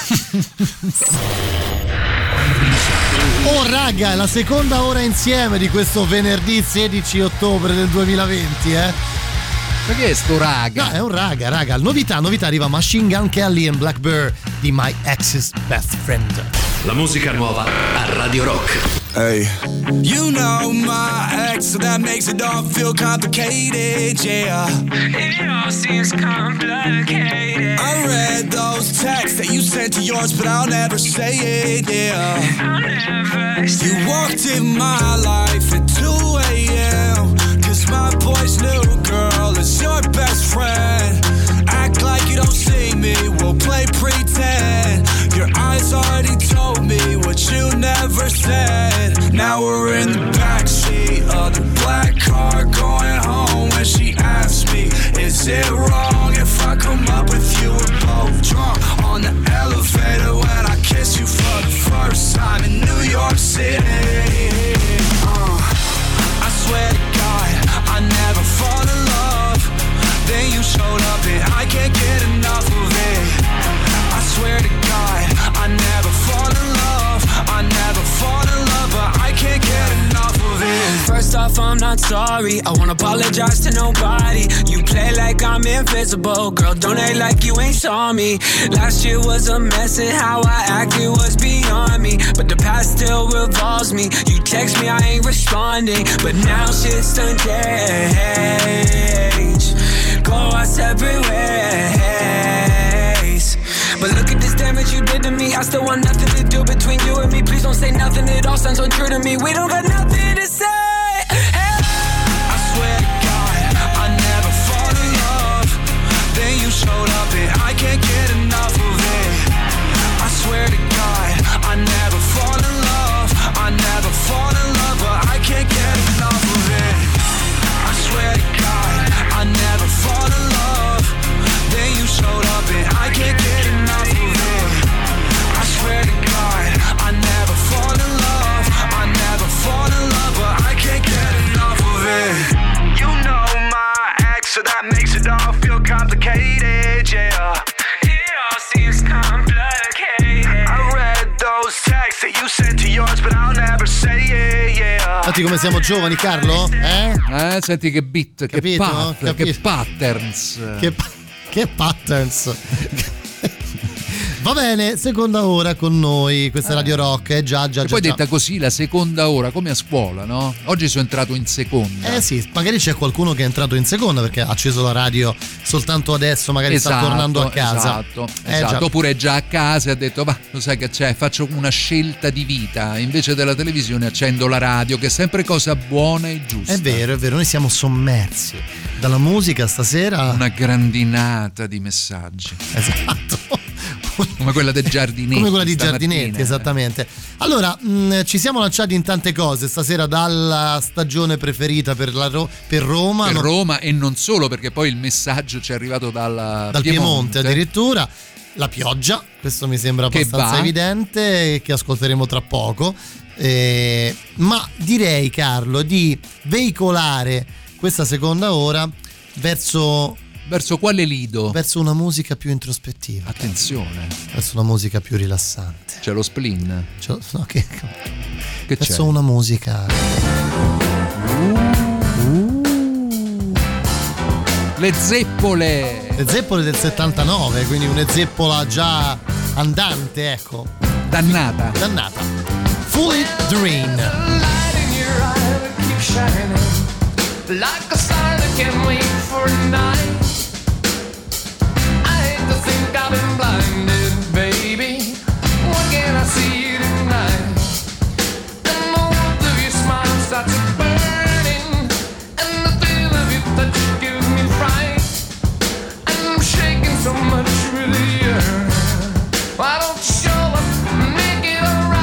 Oh raga, è la seconda ora insieme di questo venerdì sedici ottobre del duemilaventi, eh?
Perché è sto raga?
No, è un raga, raga. Novità, novità, arriva Machine Gun Kelly e Blackbird di My Ex's Best Friend.
La musica nuova a Radio Rock.
Hey, you know my ex, so that makes it all feel complicated, yeah. It all seems complicated. I read those texts that you sent to yours, but I'll never say it, yeah. I'll never say it. You walked in my life at two a.m. Cause my boy's new girl is your best friend. Act like you don't see me, we'll play pretend. Your eyes already told me what you never said. Now we're in the backseat of the black car going home. When she asks me, is it wrong if I come up with you? We're both drunk on the elevator when I kiss you for the first time in New York City. uh, I swear to God, I never fall in love. Then you showed up and I can't get enough of it. I swear to God, I never fall in love. I never fall in love, but I can't get enough of it. First off, I'm not sorry, I won't apologize to nobody. You play like I'm invisible, girl, don't act like you ain't saw me. Last year was a mess and how I acted was beyond me. But the past still revolves me. You text me, I ain't responding. But now shit's done changed. Go our separate ways. But look at this damage you did to me. I still want nothing to do between you and me. Please don't say nothing, it all sounds untrue to me. We don't got nothing to say. Hey. I swear to God, I never fall in love. Then you showed up and I can't get enough of it. I swear to God, I never fall in love. I never fall in love, but I can't get enough of it. I swear to God, I never fall in love. Then you showed up and I can't get enough of it. I swear to God, I never fall in love. I never fall in love, but I can't get enough of it. You know my ex, so that makes it all feel complicated, yeah. It all seems complicated. I read those texts that you sent to yours, but I'll never say it, yeah.
Senti come siamo giovani, Carlo? Eh?
Eh, senti che beat,
Capito?
che pat,
Capito?
che patterns.
Che, che patterns. Va bene, seconda ora con noi, questa è Radio Rock, eh, già, già,
e
già.
poi
già.
detta così, la seconda ora, come a scuola, no? Oggi sono entrato in seconda.
Eh sì, magari c'è qualcuno che è entrato in seconda perché ha acceso la radio soltanto adesso, magari
esatto,
sta tornando a casa.
Esatto,
eh,
esatto.
Già.
Oppure è già a casa e ha detto, va, lo sai che c'è, faccio una scelta di vita, invece della televisione accendo la radio, che è sempre cosa buona e giusta.
È vero, è vero, noi siamo sommersi dalla musica stasera.
Una grandinata di messaggi.
Esatto.
Come quella del Giardinetti.
Come quella di
stamattina.
Giardinetti, esattamente. Allora, mh, ci siamo lanciati in tante cose stasera, dalla stagione preferita per, la Ro- per Roma.
Per
no?
Roma e non solo, perché poi il messaggio ci è arrivato dal,
dal Piemonte,
Piemonte
addirittura. La pioggia, questo mi sembra
Che
abbastanza
va.
evidente, che ascolteremo tra poco. Eh, ma direi, Carlo, di veicolare questa seconda ora verso
Verso quale lido?
Verso una musica più introspettiva.
Attenzione.
Verso una musica più rilassante.
C'è lo spleen?
C'è, no, che,
che
verso
c'è?
una musica.
Uh. Le zeppole.
Le zeppole del settantanove, quindi una zeppola già andante, ecco.
Dannata.
Dannata. Fully Dream.
Like a star that can't wait for night. I hate to think I've been blinded, baby. What can I see tonight? And the warmth of your smile starts burning, and the thrill of your touch gives me fright. And I'm shaking so much with the earth. Why don't you show up and make it alright?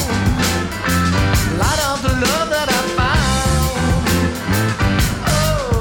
Oh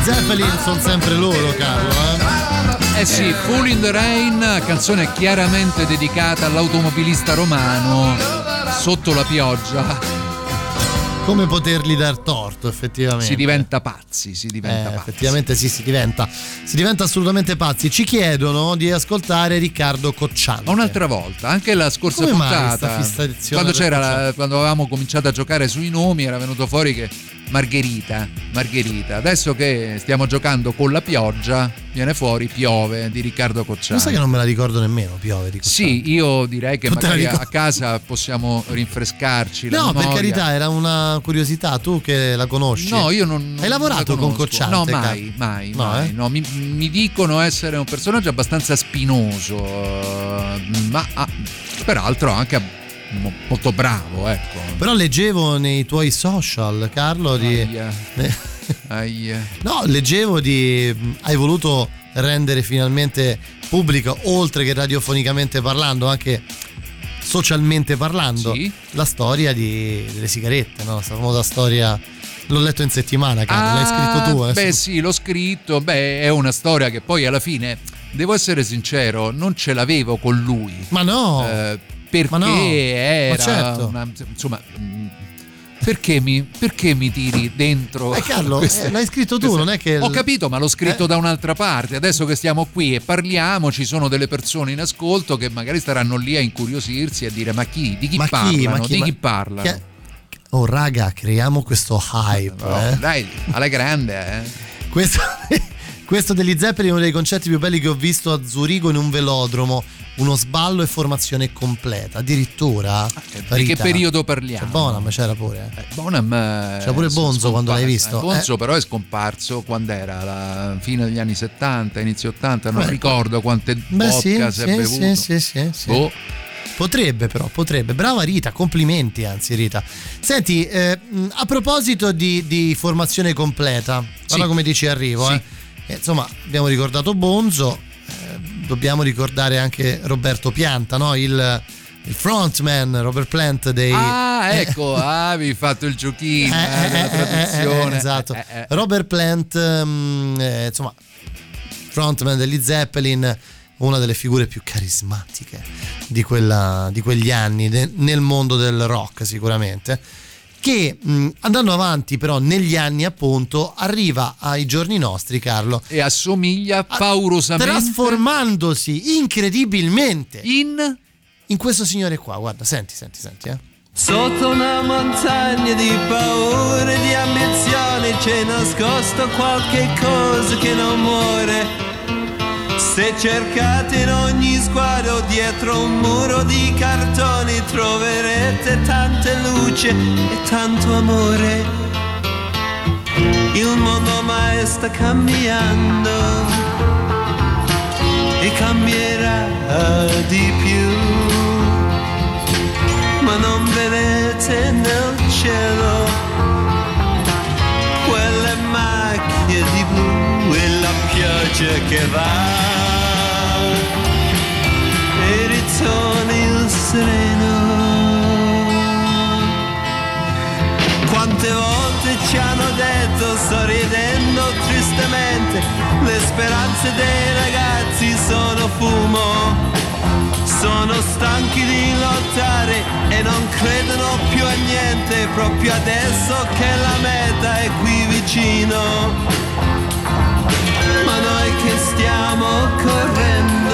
Zeppelin sono sempre loro, Carlo, eh?
Eh sì, Fool in the Rain, canzone chiaramente dedicata all'automobilista romano sotto la pioggia.
Come potergli dar torto, effettivamente.
Si diventa pazzi, si diventa
eh,
pazzi.
Effettivamente sì, si diventa. Si diventa assolutamente pazzi. Ci chiedono di ascoltare Riccardo Cocciante.
Un'altra volta, anche la scorsa
Come mai
puntata,
questa fissazione
quando,
per
c'era
Cocciante?
la, quando avevamo cominciato a giocare sui nomi, era venuto fuori che Margherita, Margherita. Adesso che stiamo giocando con la pioggia, viene fuori Piove di Riccardo Cocciante.
Non sai che non me la ricordo nemmeno, Piove di Cocciante.
Sì, io direi che
Non te la
magari
ricordi?
a casa possiamo rinfrescarci la
No, per
memoria.
carità, era una curiosità, tu che la conosci.
No, io non.
Hai lavorato
non la
con
conosco.
Cocciante?
No,
Car-
mai, mai,
No,
mai.
eh?
No, mi, mi dicono essere un personaggio abbastanza spinoso, eh, ma ah, peraltro anche mo- molto bravo, ecco.
Però leggevo nei tuoi social, Carlo, di...
Aia. Aia.
No, leggevo di... hai voluto rendere finalmente pubblico, oltre che radiofonicamente parlando, anche socialmente parlando,
Sì.
la storia di, delle sigarette, no? Questa famosa storia... L'ho letto in settimana, Carlo, l'hai scritto tu.
Ah,
eh?
Beh sì, l'ho scritto, beh è una storia che poi alla fine, devo essere sincero, non ce l'avevo con lui.
Ma no!
Eh, perché
Ma no,
era
ma certo.
una, insomma, mh, perché mi, perché mi tiri dentro?
Eh, Carlo,
queste-
eh, l'hai scritto tu,
queste-
non è che...
Ho capito, ma l'ho scritto
Eh?
da un'altra parte. Adesso che stiamo qui e parliamo, ci sono delle persone in ascolto che magari staranno lì a incuriosirsi e a dire: ma chi? Di chi
Ma chi?
parlano?
Ma chi?
Di
Ma-
chi parlano?
Chi- Oh raga, creiamo questo hype,
Oh,
eh?
Dai, alla grande, eh.
Questo, questo degli Zeppelin è uno dei concerti più belli che ho visto a Zurigo in un velodromo. Uno sballo e formazione completa. Addirittura.
Di che
Rita,
periodo parliamo?
Cioè, Bonham c'era pure.
Eh, Bonham eh,
C'era pure Bonzo
scomparso.
quando l'hai visto,
Eh, Bonzo
eh.
però è scomparso quando era la fine degli anni settanta, inizio ottanta, non
Beh,
ricordo quante
Beh,
vodka
sì,
si è
sì,
bevuto.
sì, sì, sì, sì.
Boh.
Potrebbe però, potrebbe. Brava Rita, complimenti anzi Rita. Senti, eh, mh, a proposito di, di formazione completa, guarda
Sì.
come dici arrivo,
Sì.
eh. Eh, insomma, abbiamo ricordato Bonzo, eh, dobbiamo ricordare anche Roberto Pianta, no? Il, il frontman, Robert Plant dei...
Ah, ecco, ah, avevi fatto il giochino
Eh,
eh,
eh,
della
eh,
traduzione.
eh, eh, esatto.
Eh, eh, eh.
Robert Plant, mh, eh, insomma, frontman degli Zeppelin, una delle figure più carismatiche di, quella, di quegli anni de, nel mondo del rock sicuramente, che mh, andando avanti però negli anni appunto arriva ai giorni nostri, Carlo,
E assomiglia paurosamente
trasformandosi incredibilmente
in
in questo signore qua. Guarda, senti, senti, senti, eh.
Sotto una montagna di paure e di ambizioni c'è nascosto qualche cosa che non muore. Se cercate in ogni sguardo dietro un muro di cartoni troverete tante luci e tanto amore. Il mondo mai sta cambiando e cambierà di più. Ma non vedete nel cielo quelle macchie di blu e la pioggia che va e ritorna il sereno. Quante volte ci hanno detto sorridendo tristemente le speranze dei ragazzi sono fumo. Sono stanchi di lottare e non credono più a niente proprio adesso che la meta è qui vicino. Ma noi che stiamo correndo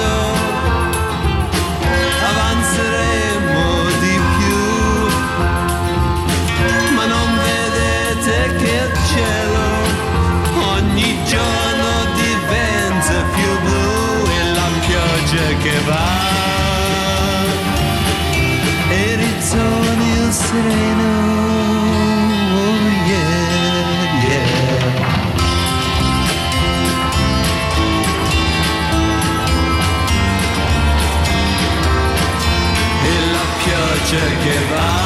avanzeremo di più. Ma non vedete che il cielo ogni giorno diventa più blu e la pioggia che va e ritorna il sereno, oh yeah, yeah. E la pioggia che va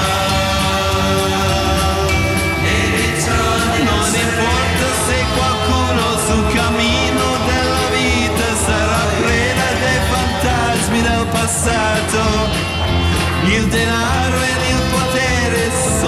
e ritorna. Non importa se qualcuno sul cammino della vita sarà preda dei fantasmi del passato. Il denaro e il potere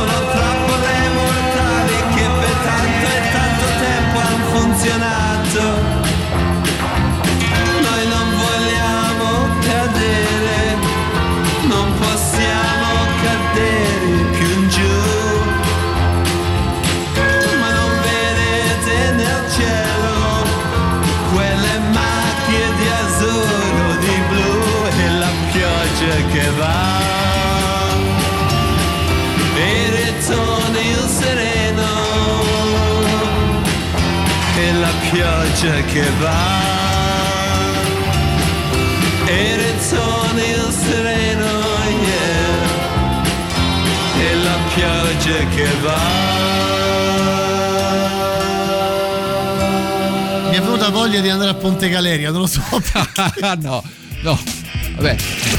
pioggia che va, erezione il sereno, yeah, e la pioggia che va.
Mi è venuta voglia di andare a Ponte Galeria, non lo so perché.
no, no, vabbè.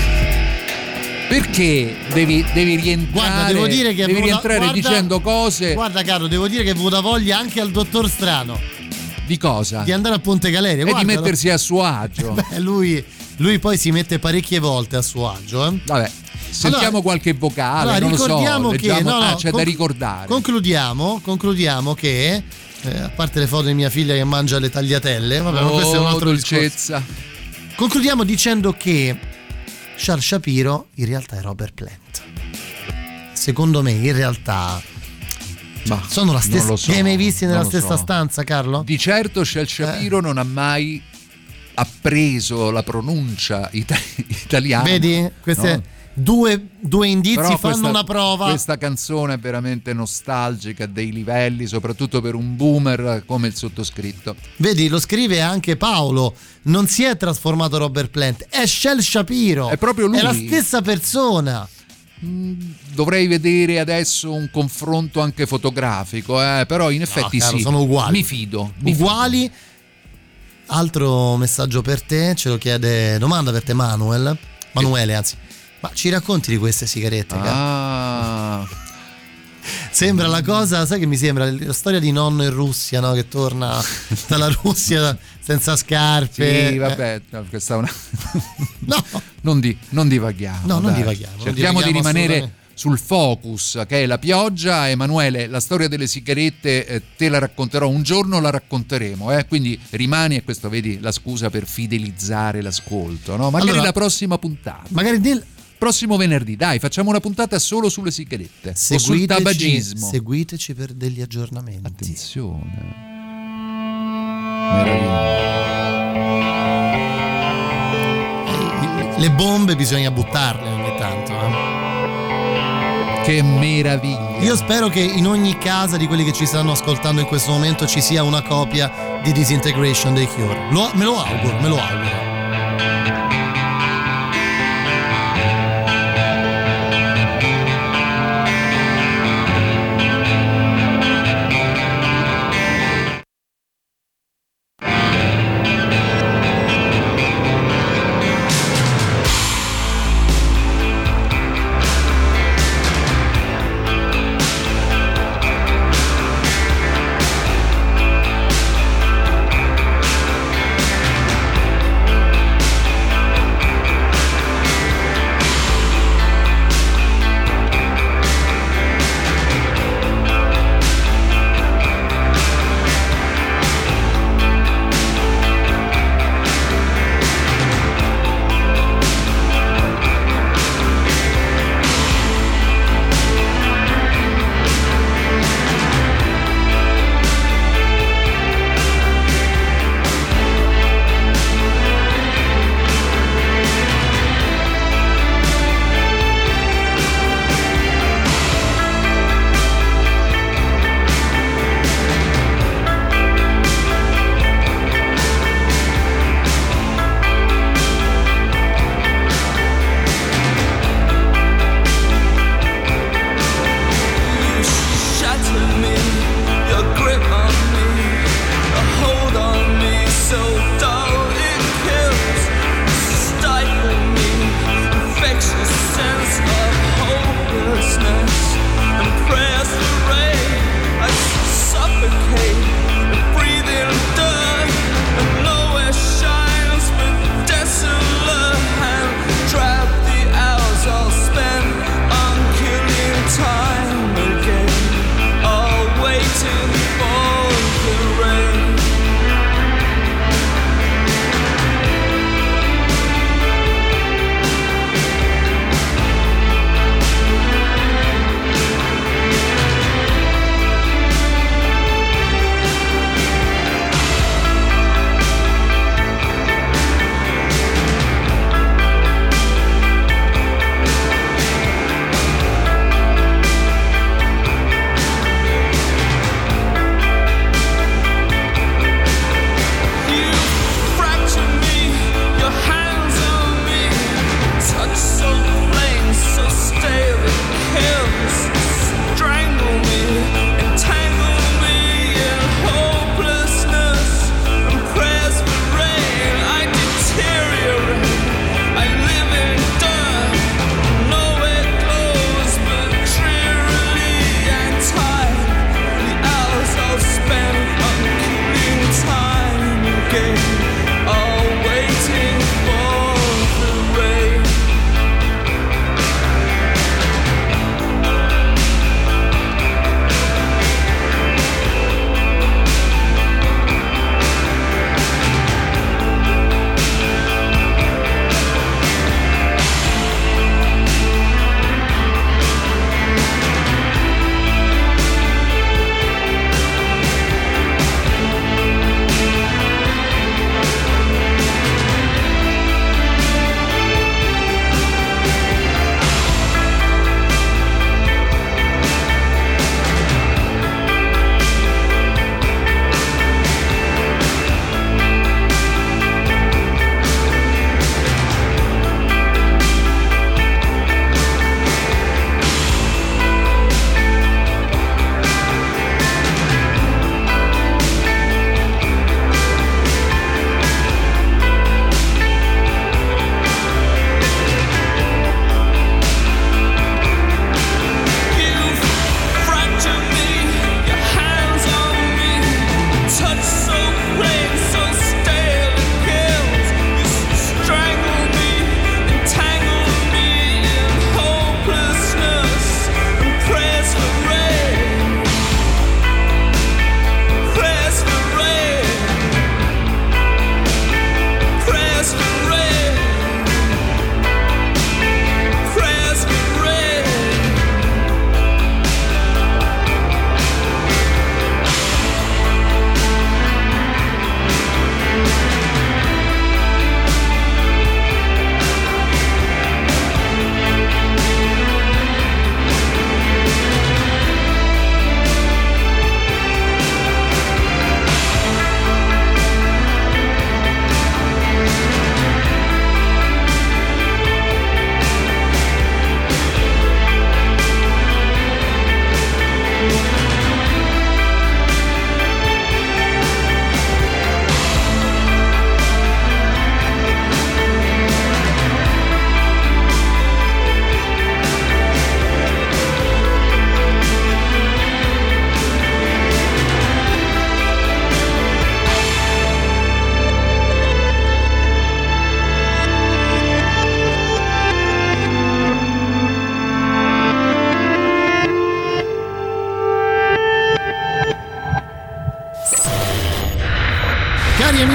Perché devi, devi rientrare,
guarda, devo dire che
devi
venuta,
rientrare
guarda,
dicendo cose.
Guarda caro, devo dire che è venuta voglia anche al dottor Strano.
Di cosa?
Di andare a Ponte Galeria.
E
guarda,
di mettersi a suo agio.
Beh, lui, lui poi si mette parecchie volte a suo agio. Eh?
Vabbè, sentiamo
allora,
qualche vocale,
allora,
non lo so.
ricordiamo che
leggiamo,
no, no,
ah, c'è
conc-
da ricordare.
Concludiamo, concludiamo che eh, a parte le foto di mia figlia che mangia le tagliatelle, vabbè, ma
oh,
questo è un altro
dolcezza.
discorso. Concludiamo dicendo che Charles Shapiro in realtà è Robert Plant. Secondo me in realtà
Ma
sono la stessa.
non lo so,
li hai mai visti nella
non lo
stessa
so.
stanza, Carlo?
Di certo Charles Shapiro eh. non ha mai appreso la pronuncia ita- italiana.
Vedi? Queste
no?
due, due indizi
Però
fanno
questa,
una prova.
Questa canzone è veramente nostalgica, a dei livelli, soprattutto per un boomer come il sottoscritto.
Vedi, lo scrive anche Paolo. Non si è trasformato Robert Plant, è Charles Shapiro.
È proprio lui.
È la stessa persona.
Dovrei vedere adesso un confronto anche fotografico, eh? Però in effetti
no, caro,
sì,
sono uguali.
mi fido mi
uguali
fido.
Altro messaggio per te, ce lo chiede, domanda per te Manuel Manuele anzi, ma ci racconti di queste sigarette?
Ah.
Sembra la cosa, sai che mi sembra la storia di nonno in Russia, no? Che torna dalla Russia senza scarpe.
Sì, vabbè, no, questa è una
no.
non, di, non divaghiamo.
No, non
dai.
divaghiamo.
Cerchiamo
non
di rimanere
assolutamente.
Sul focus che è la pioggia. Emanuele, la storia delle sigarette eh, te la racconterò un giorno, la racconteremo, eh? Quindi rimani, e questo vedi la scusa per fidelizzare l'ascolto, no? Magari
allora,
la prossima puntata,
magari nel
prossimo venerdì, dai, facciamo una puntata solo sulle sigarette o sul tabagismo.
Seguiteci per degli aggiornamenti.
Attenzione, meraviglia.
Le bombe bisogna buttarle ogni tanto, eh?
Che meraviglia.
Io spero che in ogni casa di quelli che ci stanno ascoltando in questo momento ci sia una copia di Disintegration dei Cure. Lo, me lo auguro, me lo auguro.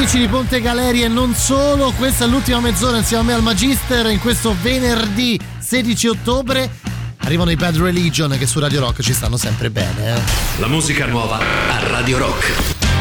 amici di Ponte Galeria e non solo, questa è l'ultima mezz'ora insieme a me al Magister in questo venerdì sedici ottobre. Arrivano i Bad Religion che su Radio Rock ci stanno sempre bene. Eh?
La musica nuova a Radio Rock.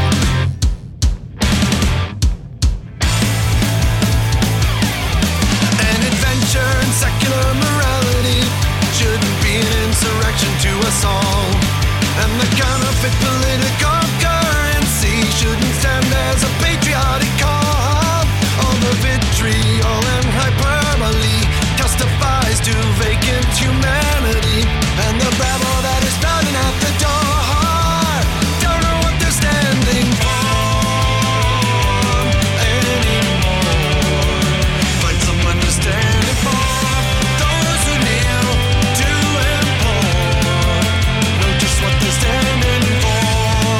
An adventure in secular morality shouldn't be an insurrection to us all. And the counterfeit political currency shouldn't stand as a patriotic call. All the vitriol and hyperbole testifies to vacant humanity. And the rabble that is pounding at the door don't know what they're standing for anymore. Find someone to stand for those who kneel to implore. Know just what they're standing for.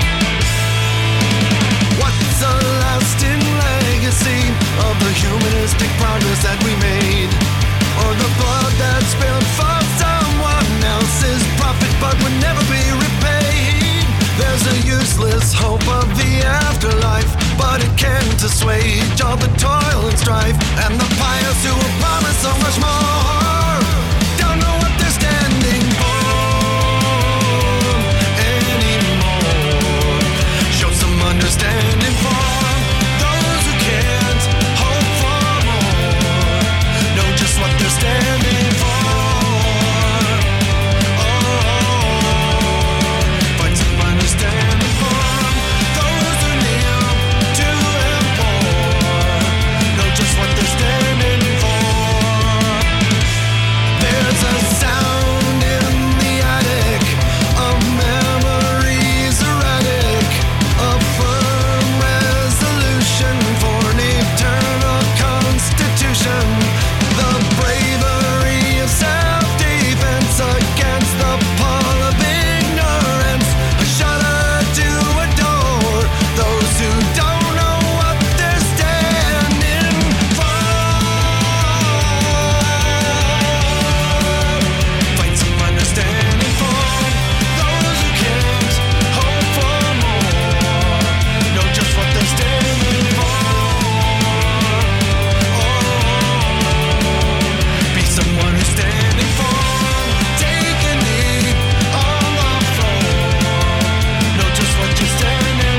What's a lasting legacy of the humanistic progress that we made? Or the blood that's spilled for someone else's profit but would never be repaid? There's a useless hope of the afterlife, but it can't assuage all the toil and strife. And the pious who will promise so much more don't know what they're standing for anymore. Show some understanding for those who can't hope for more. Know just what they're standing for. Oh, find some understanding for those who kneel to implore. Know just what they're standing for. There's a sound in the attic of memories erratic, a firm resolution for an eternal constitution. The bravery of self-defense against the pall of ignorance. A shudder to adore those who don't know what they're standing for. Find some understanding for those who can't hope for more. Know just what they're standing for. Be someone who's standing for. Take a knee on the floor. Know just what you're standing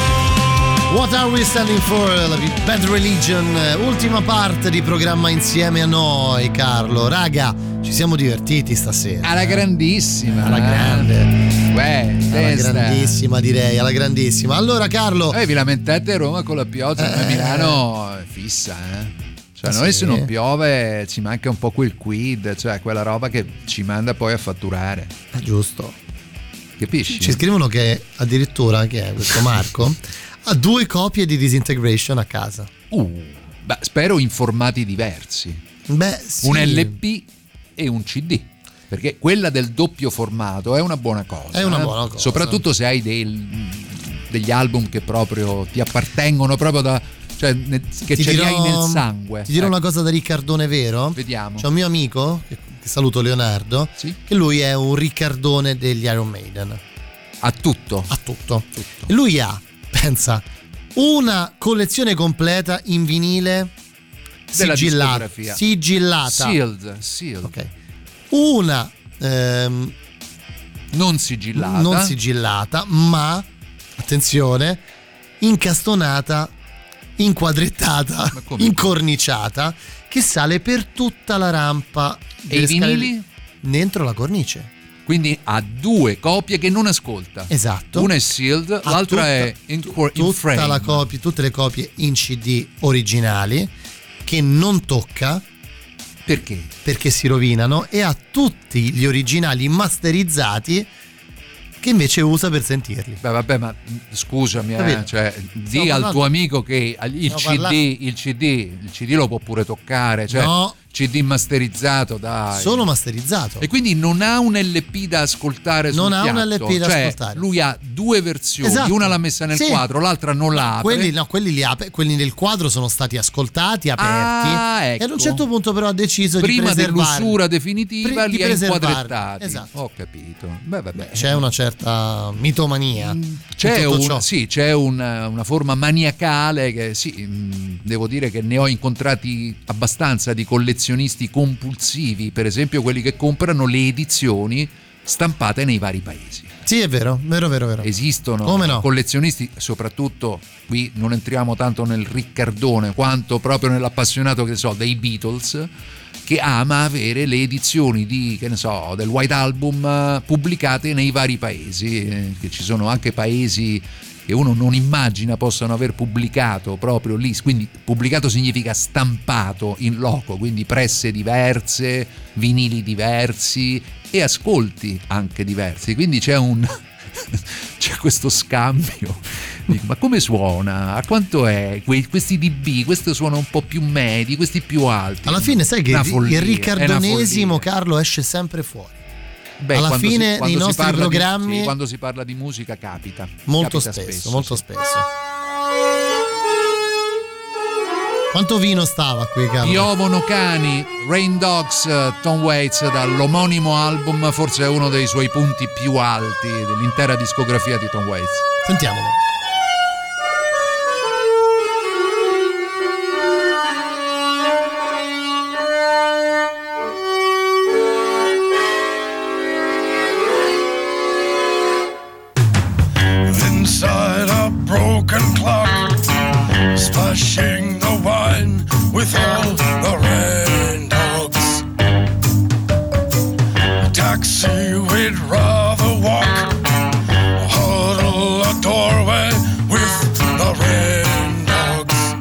for.
What are we standing for? La Bad Religion, ultima parte di programma insieme a noi, Carlo. Raga, ci siamo divertiti stasera.
Alla grandissima.
Alla grande.
Beh,
Alla
testa.
grandissima, direi, alla grandissima. Allora, Carlo.
Eh, vi lamentate a Roma con la pioggia, ma a Milano è fissa, eh. Cioè,
Ah,
noi
sì?
se non piove ci manca un po' quel quid, cioè quella roba che ci manda poi a fatturare.
Ah, giusto.
Capisci?
Ci scrivono che addirittura, che è questo Marco, ha due copie di Disintegration a casa.
Uh, beh, spero in formati diversi.
Beh, sì.
Un L P e un C D. Perché quella del doppio formato è una buona cosa.
È una
eh?
buona cosa.
Soprattutto se hai del- degli album che proprio ti appartengono proprio da. Cioè, ne- che
Ti
ce li
dirò-
hai nel sangue.
Ti dirò
Ecco.
una cosa da Riccardone vero?
Vediamo.
C'è un mio amico, che, che saluto Leonardo,
Sì?
che lui è un Riccardone degli Iron Maiden.
A tutto.
A tutto. E lui ha, pensa, una collezione completa in vinile
Della
sigillata.
discografia.
Sigillata.
Sealed, sealed.
Ok. Una ehm,
Non sigillata.
non sigillata, ma attenzione, incastonata, inquadrettata,
Ma come?
incorniciata, che sale per tutta la rampa
E i
delle scale-
vinili?
dentro la cornice.
Quindi ha due copie che non ascolta.
Esatto.
Una è sealed,
Ha
l'altra
tutta-
è in, in
tutta
frame.
la copia, tutte le copie in C D originali che non tocca
Perché?
perché si rovinano, e ha tutti gli originali masterizzati che invece usa per sentirli.
Beh, vabbè, ma mh, scusami, eh,
Capito?
cioè,
Stiamo
di al
parlando-
tuo amico che il
Stiamo
C D,
parlando-
il C D, il C D lo può pure toccare, cioè,
No.
C D masterizzato, dai.
Solo masterizzato.
E quindi non ha un L P da ascoltare sul
Non ha
piatto.
un L P da
cioè,
ascoltare.
lui ha due versioni,
Esatto.
una l'ha messa nel
Sì.
quadro, l'altra non la apre.
Quelli, no, quelli, li apre, quelli nel quadro sono stati ascoltati, aperti.
Ah, ecco.
E ad un certo punto però ha deciso
Prima
di preservarli.
dell'usura definitiva
Pri- di
li ha
preservarli.
inquadrettati.
Esatto.
Ho capito. Beh, vabbè.
C'è una certa mitomania.
C'è,
in tutto
un-
ciò.
sì, c'è una, una forma maniacale che sì, mh, devo dire che ne ho incontrati abbastanza di collezionisti compulsivi, per esempio quelli che comprano le edizioni stampate nei vari paesi.
Sì, è vero, vero, vero, vero.
Esistono
Come no?
collezionisti, soprattutto qui non entriamo tanto nel riccardone quanto proprio nell'appassionato, che so, dei Beatles, che ama avere le edizioni di, che ne so, del White Album eh, pubblicate nei vari paesi, eh, che ci sono anche paesi che uno non immagina possano aver pubblicato proprio lì, quindi pubblicato significa stampato in loco, quindi presse diverse, vinili diversi e ascolti anche diversi, quindi c'è un c'è questo scambio. Dico, ma come suona? A quanto è? Que- questi D B, questo suona un po' più medi, questi più alti.
Alla fine sai che
Una
il,
follia,
il
è una
riccardonesimo,
follia.
Carlo, esce sempre fuori.
Beh,
alla
quando
fine
si, quando
nei
si
nostri
parla di-
programmi
sì, quando si parla di musica capita
molto
capita
spesso, molto
sì.
spesso. Quanto vino stava qui, Carlo?
Piovono cani, Rain Dogs, eh, Tom Waits, dall'omonimo album, forse è uno dei suoi punti più alti dell'intera discografia di Tom Waits.
Sentiamolo.
Inside a broken clock, splashing the wine with all the rain dogs. A taxi, we'd rather walk, huddle a doorway with the rain dogs.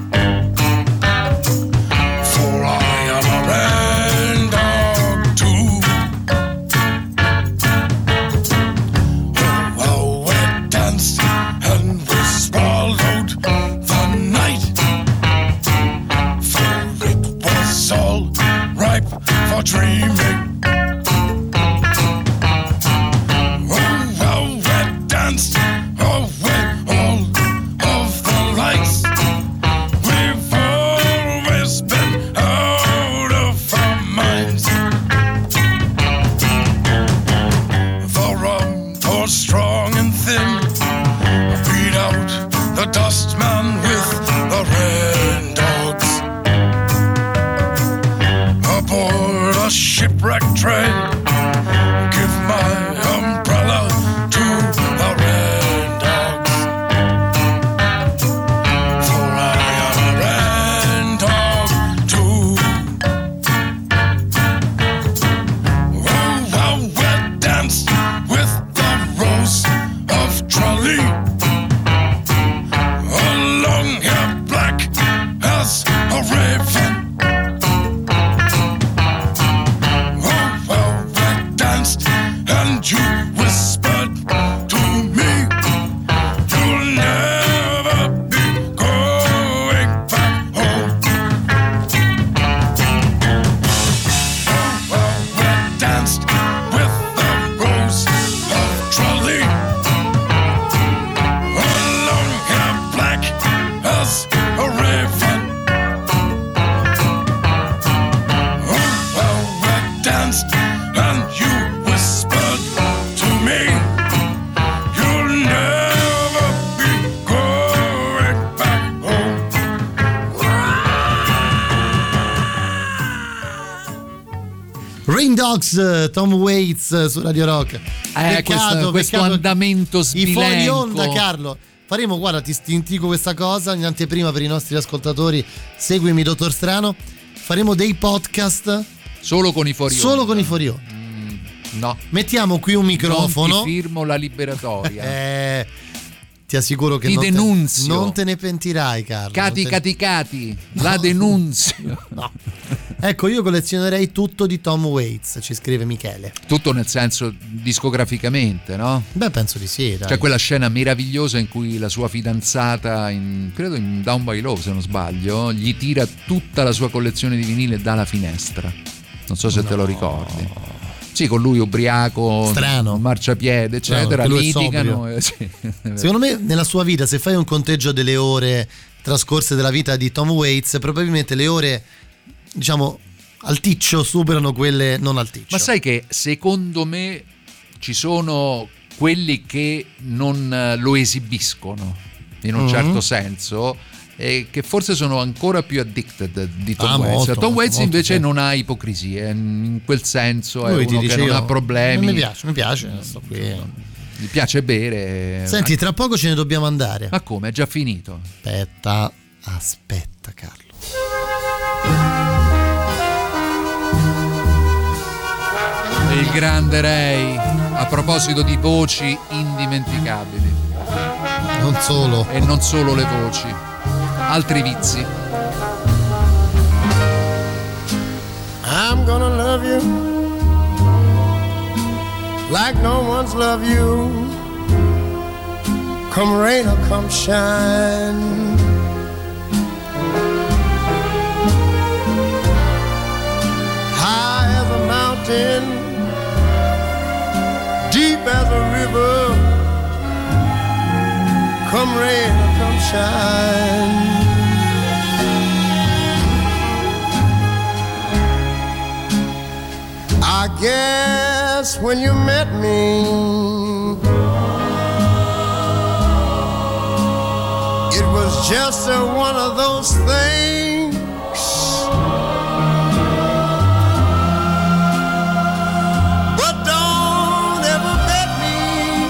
For I am a rain dog too. Oh, we danced and we swallowed the night, for it was all ripe for dreaming. Oh, oh, we danced away all of the lights. We've always been out of our minds. The rum poured strong and thin, beat out the dust man with the rain dogs. Aboard a shipwreck train, give my umbrella to the rain dogs. For I am a rain dog too. Oh, oh, we danced with the rose of Tralee. A long hair black as a raven. Oh, oh, we danced and you whispered to me, you'll never be going back home. Oh, we danced with the rose of Tralee. A long hair black as a raven. Oh, oh, we danced and you whispered to me, you'll never be going back home.
Rain Dogs, eh, Tom Waits eh, su Radio Rock.
Eh, questo, questo andamento
I
sbilenco.
fuori onda, Carlo. Faremo, guarda, ti, ti dico questa cosa in anteprima per i nostri ascoltatori. Seguimi, dottor Strano. Faremo dei podcast
Solo con i fuori
solo
onda.
con i fuori onda.
No.
Mettiamo qui un microfono.
Non ti firmo la liberatoria.
Eh, ti assicuro che
Ti
non
denunzio.
te, non te ne pentirai, Carlo.
Cati
Non te-
cati cati, la denunzio.
No. Ecco, io collezionerei tutto di Tom Waits, ci scrive Michele.
Tutto nel senso discograficamente, no?
Beh, penso di sì, dai.
C'è quella scena meravigliosa in cui la sua fidanzata, in, credo in Down by Law se non sbaglio, gli tira tutta la sua collezione di vinile dalla finestra. Non so se
No.
te lo ricordi. Sì, con lui ubriaco,
Strano.
marciapiede, eccetera,
Strano, perché lui è
litigano.
sobrio.
eh, sì.
Secondo me nella sua vita, se fai un conteggio delle ore trascorse della vita di Tom Waits, probabilmente le ore, diciamo, al ticcio superano quelle non al ticcio.
Ma sai che secondo me ci sono quelli che non eh, lo esibiscono in un
Mhm.
certo senso e che forse sono ancora più addicted di Tom
Ah,
Waits.
molto,
Tom
molto,
Waits
molto,
invece
sì.
non ha ipocrisie, in quel senso è
Lui ti
uno che
dice,
non
io-
ha problemi,
Mi piace, mi piace, sto qui.
gli piace bere.
Senti, tra poco ce ne dobbiamo andare.
Ma come? È già finito?
Aspetta, aspetta, Carlo.
Il grande Ray, a proposito di voci indimenticabili.
Non solo.
E non solo le voci, altri vizi.
I'm gonna love you like no one's loved you, come rain or come shine. High as a mountain, deep as a river, come rain or come shine. I guess when you met me, it was just a one of those things. But don't ever bet me,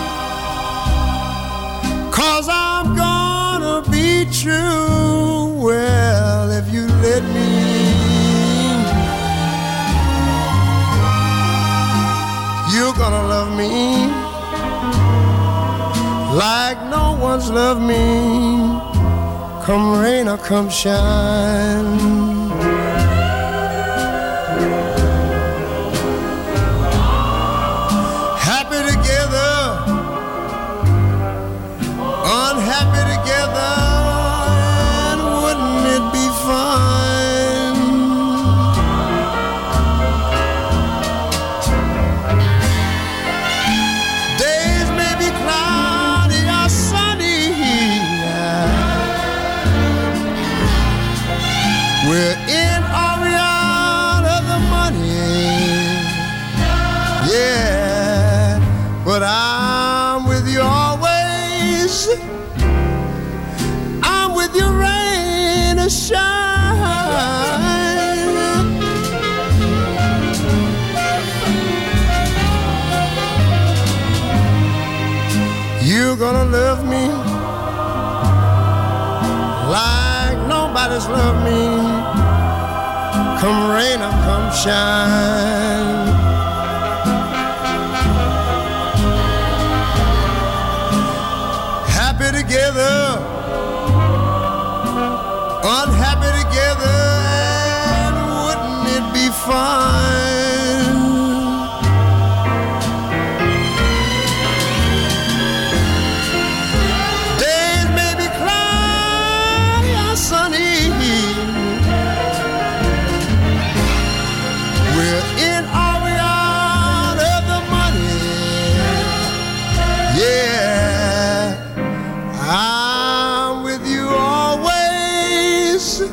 'cause I'm gonna be true. Well, if you let me, you're gonna love me like no one's loved me, come rain or come shine. Happy together, unhappy together, and wouldn't it be fine? Days may be cloudy or sunny, we're in or we out of the money, yeah, but I'm with you always, I'm with you rain or shine. You're gonna love me like nobody's loved me, come rain or come shine. Happy together, unhappy together, and wouldn't it be fine? Days may be cloudy or sunny, we're in or we out of the money, yeah, I'm with you always,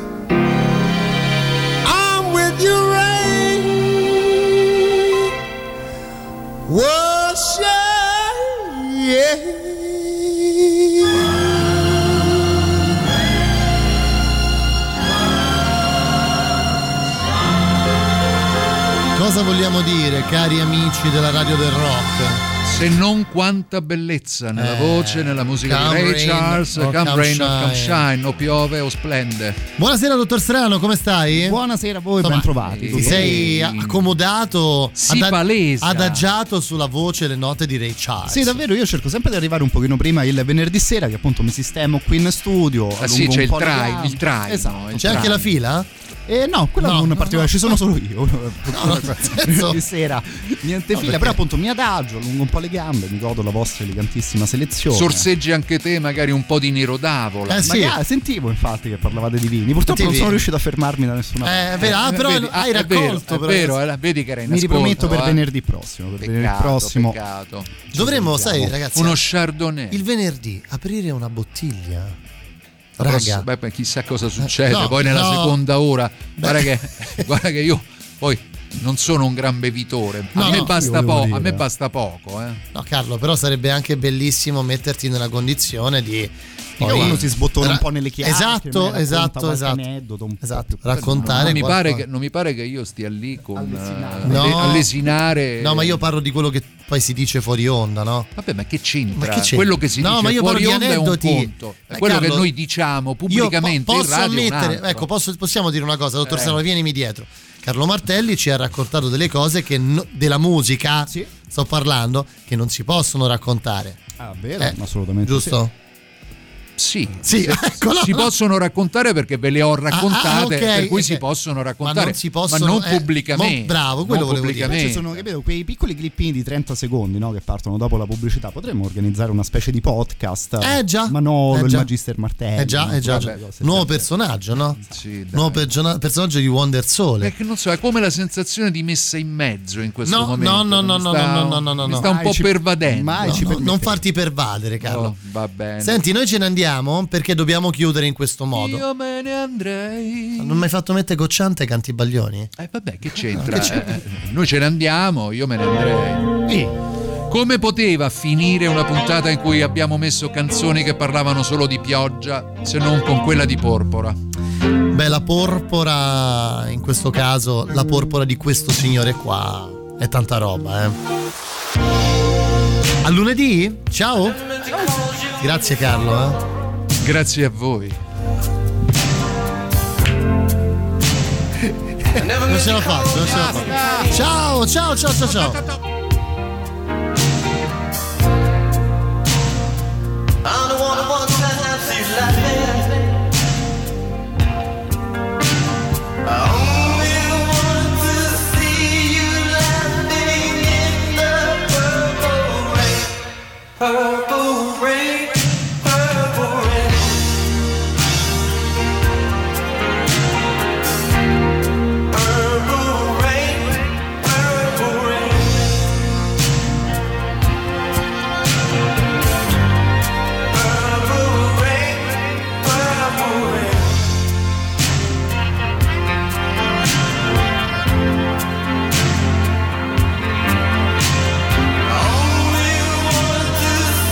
I'm with you rain, wash, yeah.
Cosa vogliamo dire, cari amici della Radio del Rock?
Se non quanta bellezza nella
Eh,
voce, nella musica di
Come
Ray
Rain
Charles,
o
Come
Come
Rain o Come
Shine.
Shine, o piove o splende.
Buonasera dottor Strano, come stai?
Buonasera a voi,
Insomma,
ben trovati.
Ti sei accomodato,
Si palesa.
adagiato sulla voce le note di Ray Charles.
Sì, davvero, io cerco sempre di arrivare un pochino prima il venerdì sera, che appunto mi sistemo qui in studio.
Ah sì,
allungo
c'è
un
il
po' le
traino,
gambe.
il traino.
Esatto.
il
C'è anche
traino.
la fila?
Eh, no, quella
No,
non
no,
particolare,
no.
ci sono solo io.
no, nel senso-
Di sera niente
No,
fila,
perché-
però appunto mi adagio, allungo un po' le gambe, mi godo la vostra elegantissima selezione.
Sorseggi anche te magari un po' di Nero d'Avola.
Eh, sì.
Magari, sentivo infatti che parlavate di vini. Purtroppo non
Sentivi?
sono riuscito a fermarmi da nessuna parte.
Eh, è vero, ah, però
Vedi,
hai
ah, è vero,
raccolto.
è
però.
vero, eh, vedi che era in
Mi
ascolto,
riprometto per
eh.
venerdì prossimo. Per venerdì
Peccato,
prossimo
peccato.
Dovremmo, sai,
sentiamo.
ragazzi,
Uno Chardonnay.
il venerdì aprire una bottiglia.
Però,
Raga,
beh, beh, chissà cosa succede
no,
poi nella
no.
seconda ora. Guarda che, guarda che io poi non sono un gran bevitore. A,
No,
me,
no,
basta
io volevo
po- a
dire.
me basta poco. Eh.
no, Carlo, però sarebbe anche bellissimo metterti nella condizione di
Poi uno si sbottona un po' nelle chiacchiere.
Esatto,
mi racconta
esatto,
qualche
esatto.
aneddoto, un po'
Esatto,
più-
raccontare
Non mi, pare
qualcosa.
che, non mi pare che io stia lì con
Allesinare.
eh,
No.
alle- a lesinare.
No, ma io parlo di quello che poi si dice fuori onda, no?
Vabbè, ma che c'entra?
Ma che c'entra?
Quello che si
No,
dice
ma io
fuori
parlo di
onda è un
aneddoti.
conto. È
Eh,
quello
Carlo,
che noi diciamo pubblicamente
io po-
in
posso
radio è un
ammettere,
altro.
ecco, posso- possiamo dire una cosa, dottor
Eh.
Strano, vienimi dietro. Carlo Martelli ci ha raccontato delle cose che no- della musica,
Sì.
sto parlando, che non si possono raccontare.
Ah, vero?
Eh,
Assolutamente.
Giusto?
Sì,
Sì,
se-
eccolo.
si possono raccontare perché ve le ho raccontate,
Ah, ah, ok,
per cui
ok.
si possono
Ma
raccontare,
non si possono,
ma non
eh,
pubblicamente.
mo- bravo, quello
non
volevo dire.
pubblicamente.
Ci sono, capito, quei piccoli clippini di trenta secondi, no, che partono dopo la pubblicità. Potremmo organizzare una specie di podcast.
Eh già.
Manolo,
Eh
il
già.
Magister Martelli.
Eh già, eh già,
tutte
già.
quelle cose.
Nuovo personaggio, no?
Sì, dai.
Nuovo persona- personaggio di Wonder Sole.
È che non so, è come la sensazione di messa in mezzo in questo
No,
momento.
no, no,
che
no,
mi
no,
sta,
no, no, no, no,
mi
no.
sta un
Mai
po'
ci-
pervadendo.
mai
No,
ci
no,
permettete.
non farti pervadere, Carlo.
Oh, va bene.
Senti, noi ce ne andiamo perché dobbiamo chiudere in questo modo.
Io me ne andrei.
Non mi hai fatto mettere Cocciante ai Cantibaglioni?
Eh vabbè, che c'entra?
Che c'entra?
Eh, noi ce ne andiamo, io me ne andrei.
Sì.
Come poteva finire una puntata in cui abbiamo messo canzoni che parlavano solo di pioggia, se non con quella di Porpora?
Beh, la porpora, in questo caso, la porpora di questo signore qua è tanta roba, eh. A lunedì? Ciao. Grazie Carlo, eh.
Grazie a voi.
Non ce l'ho fatto, non ce l'ho fatto. Ciao, ciao, ciao, ciao, ciao.
I don't wanna want to see you like that. I only want to see you laughing in the purple rain, purple rain, purple rain. Purple rain, purple rain. Purple rain, purple rain. I only want to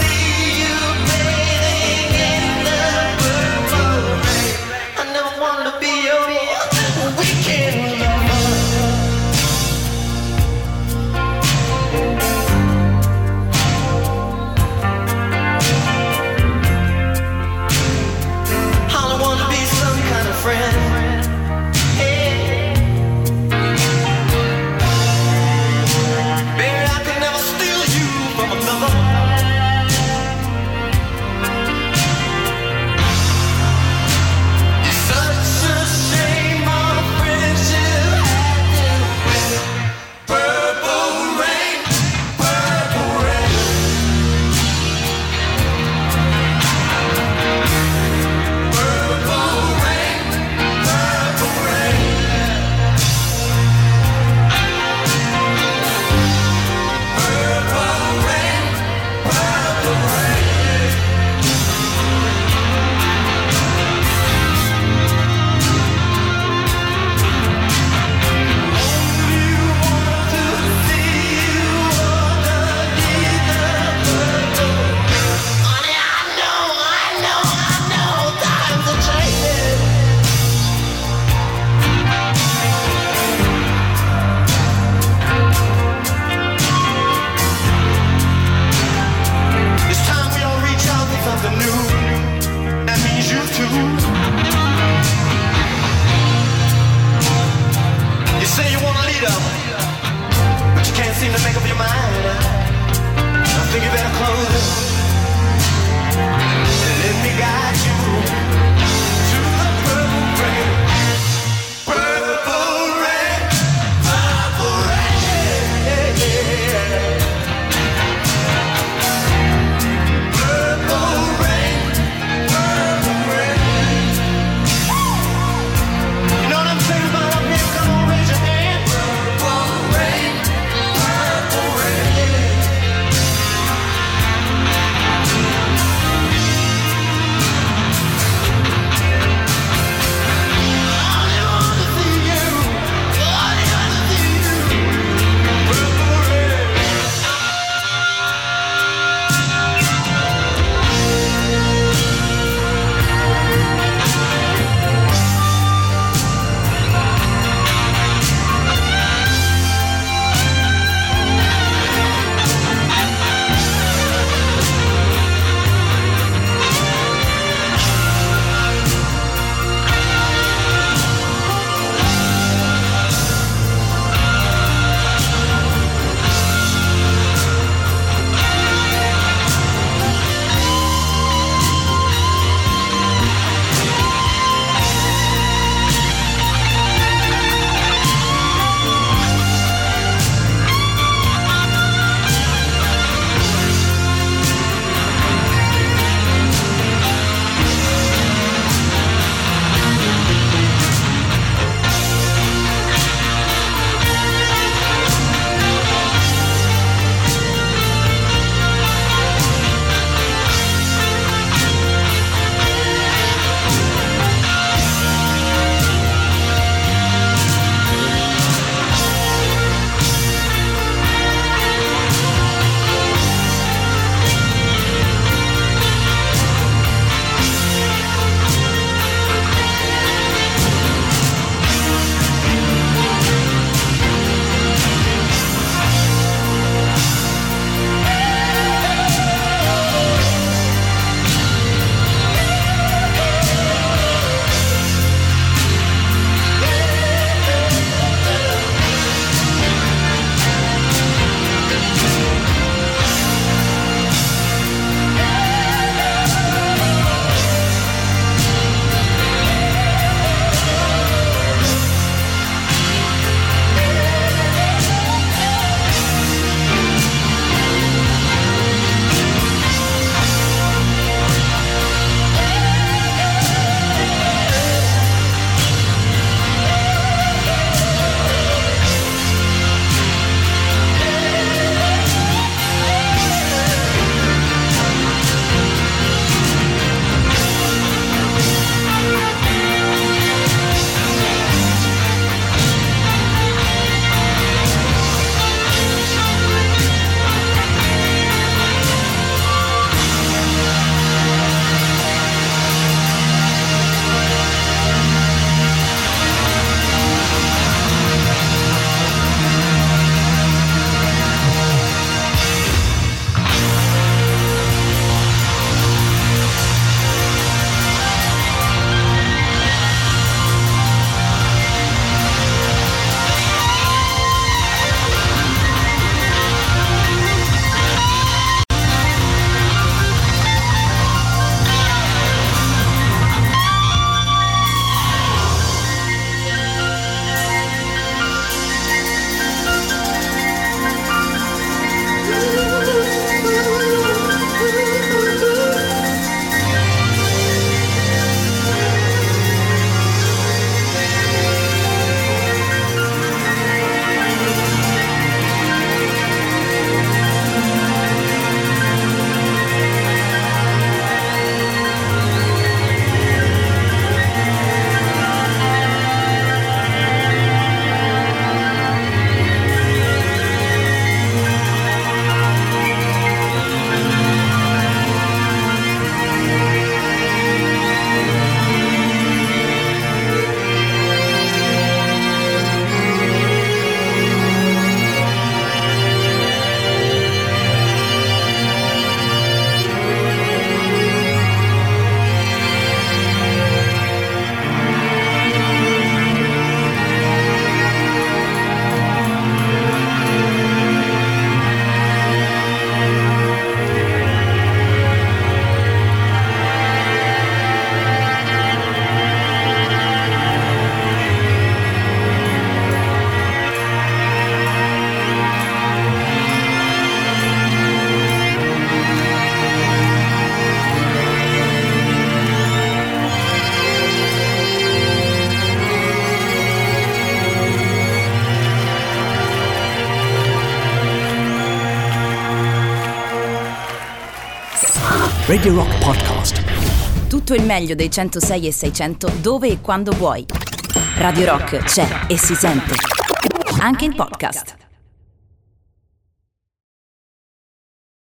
Radio Rock Podcast.
Tutto il meglio dei centosei e seicento dove e quando vuoi. Radio Rock c'è e si sente. Anche in podcast.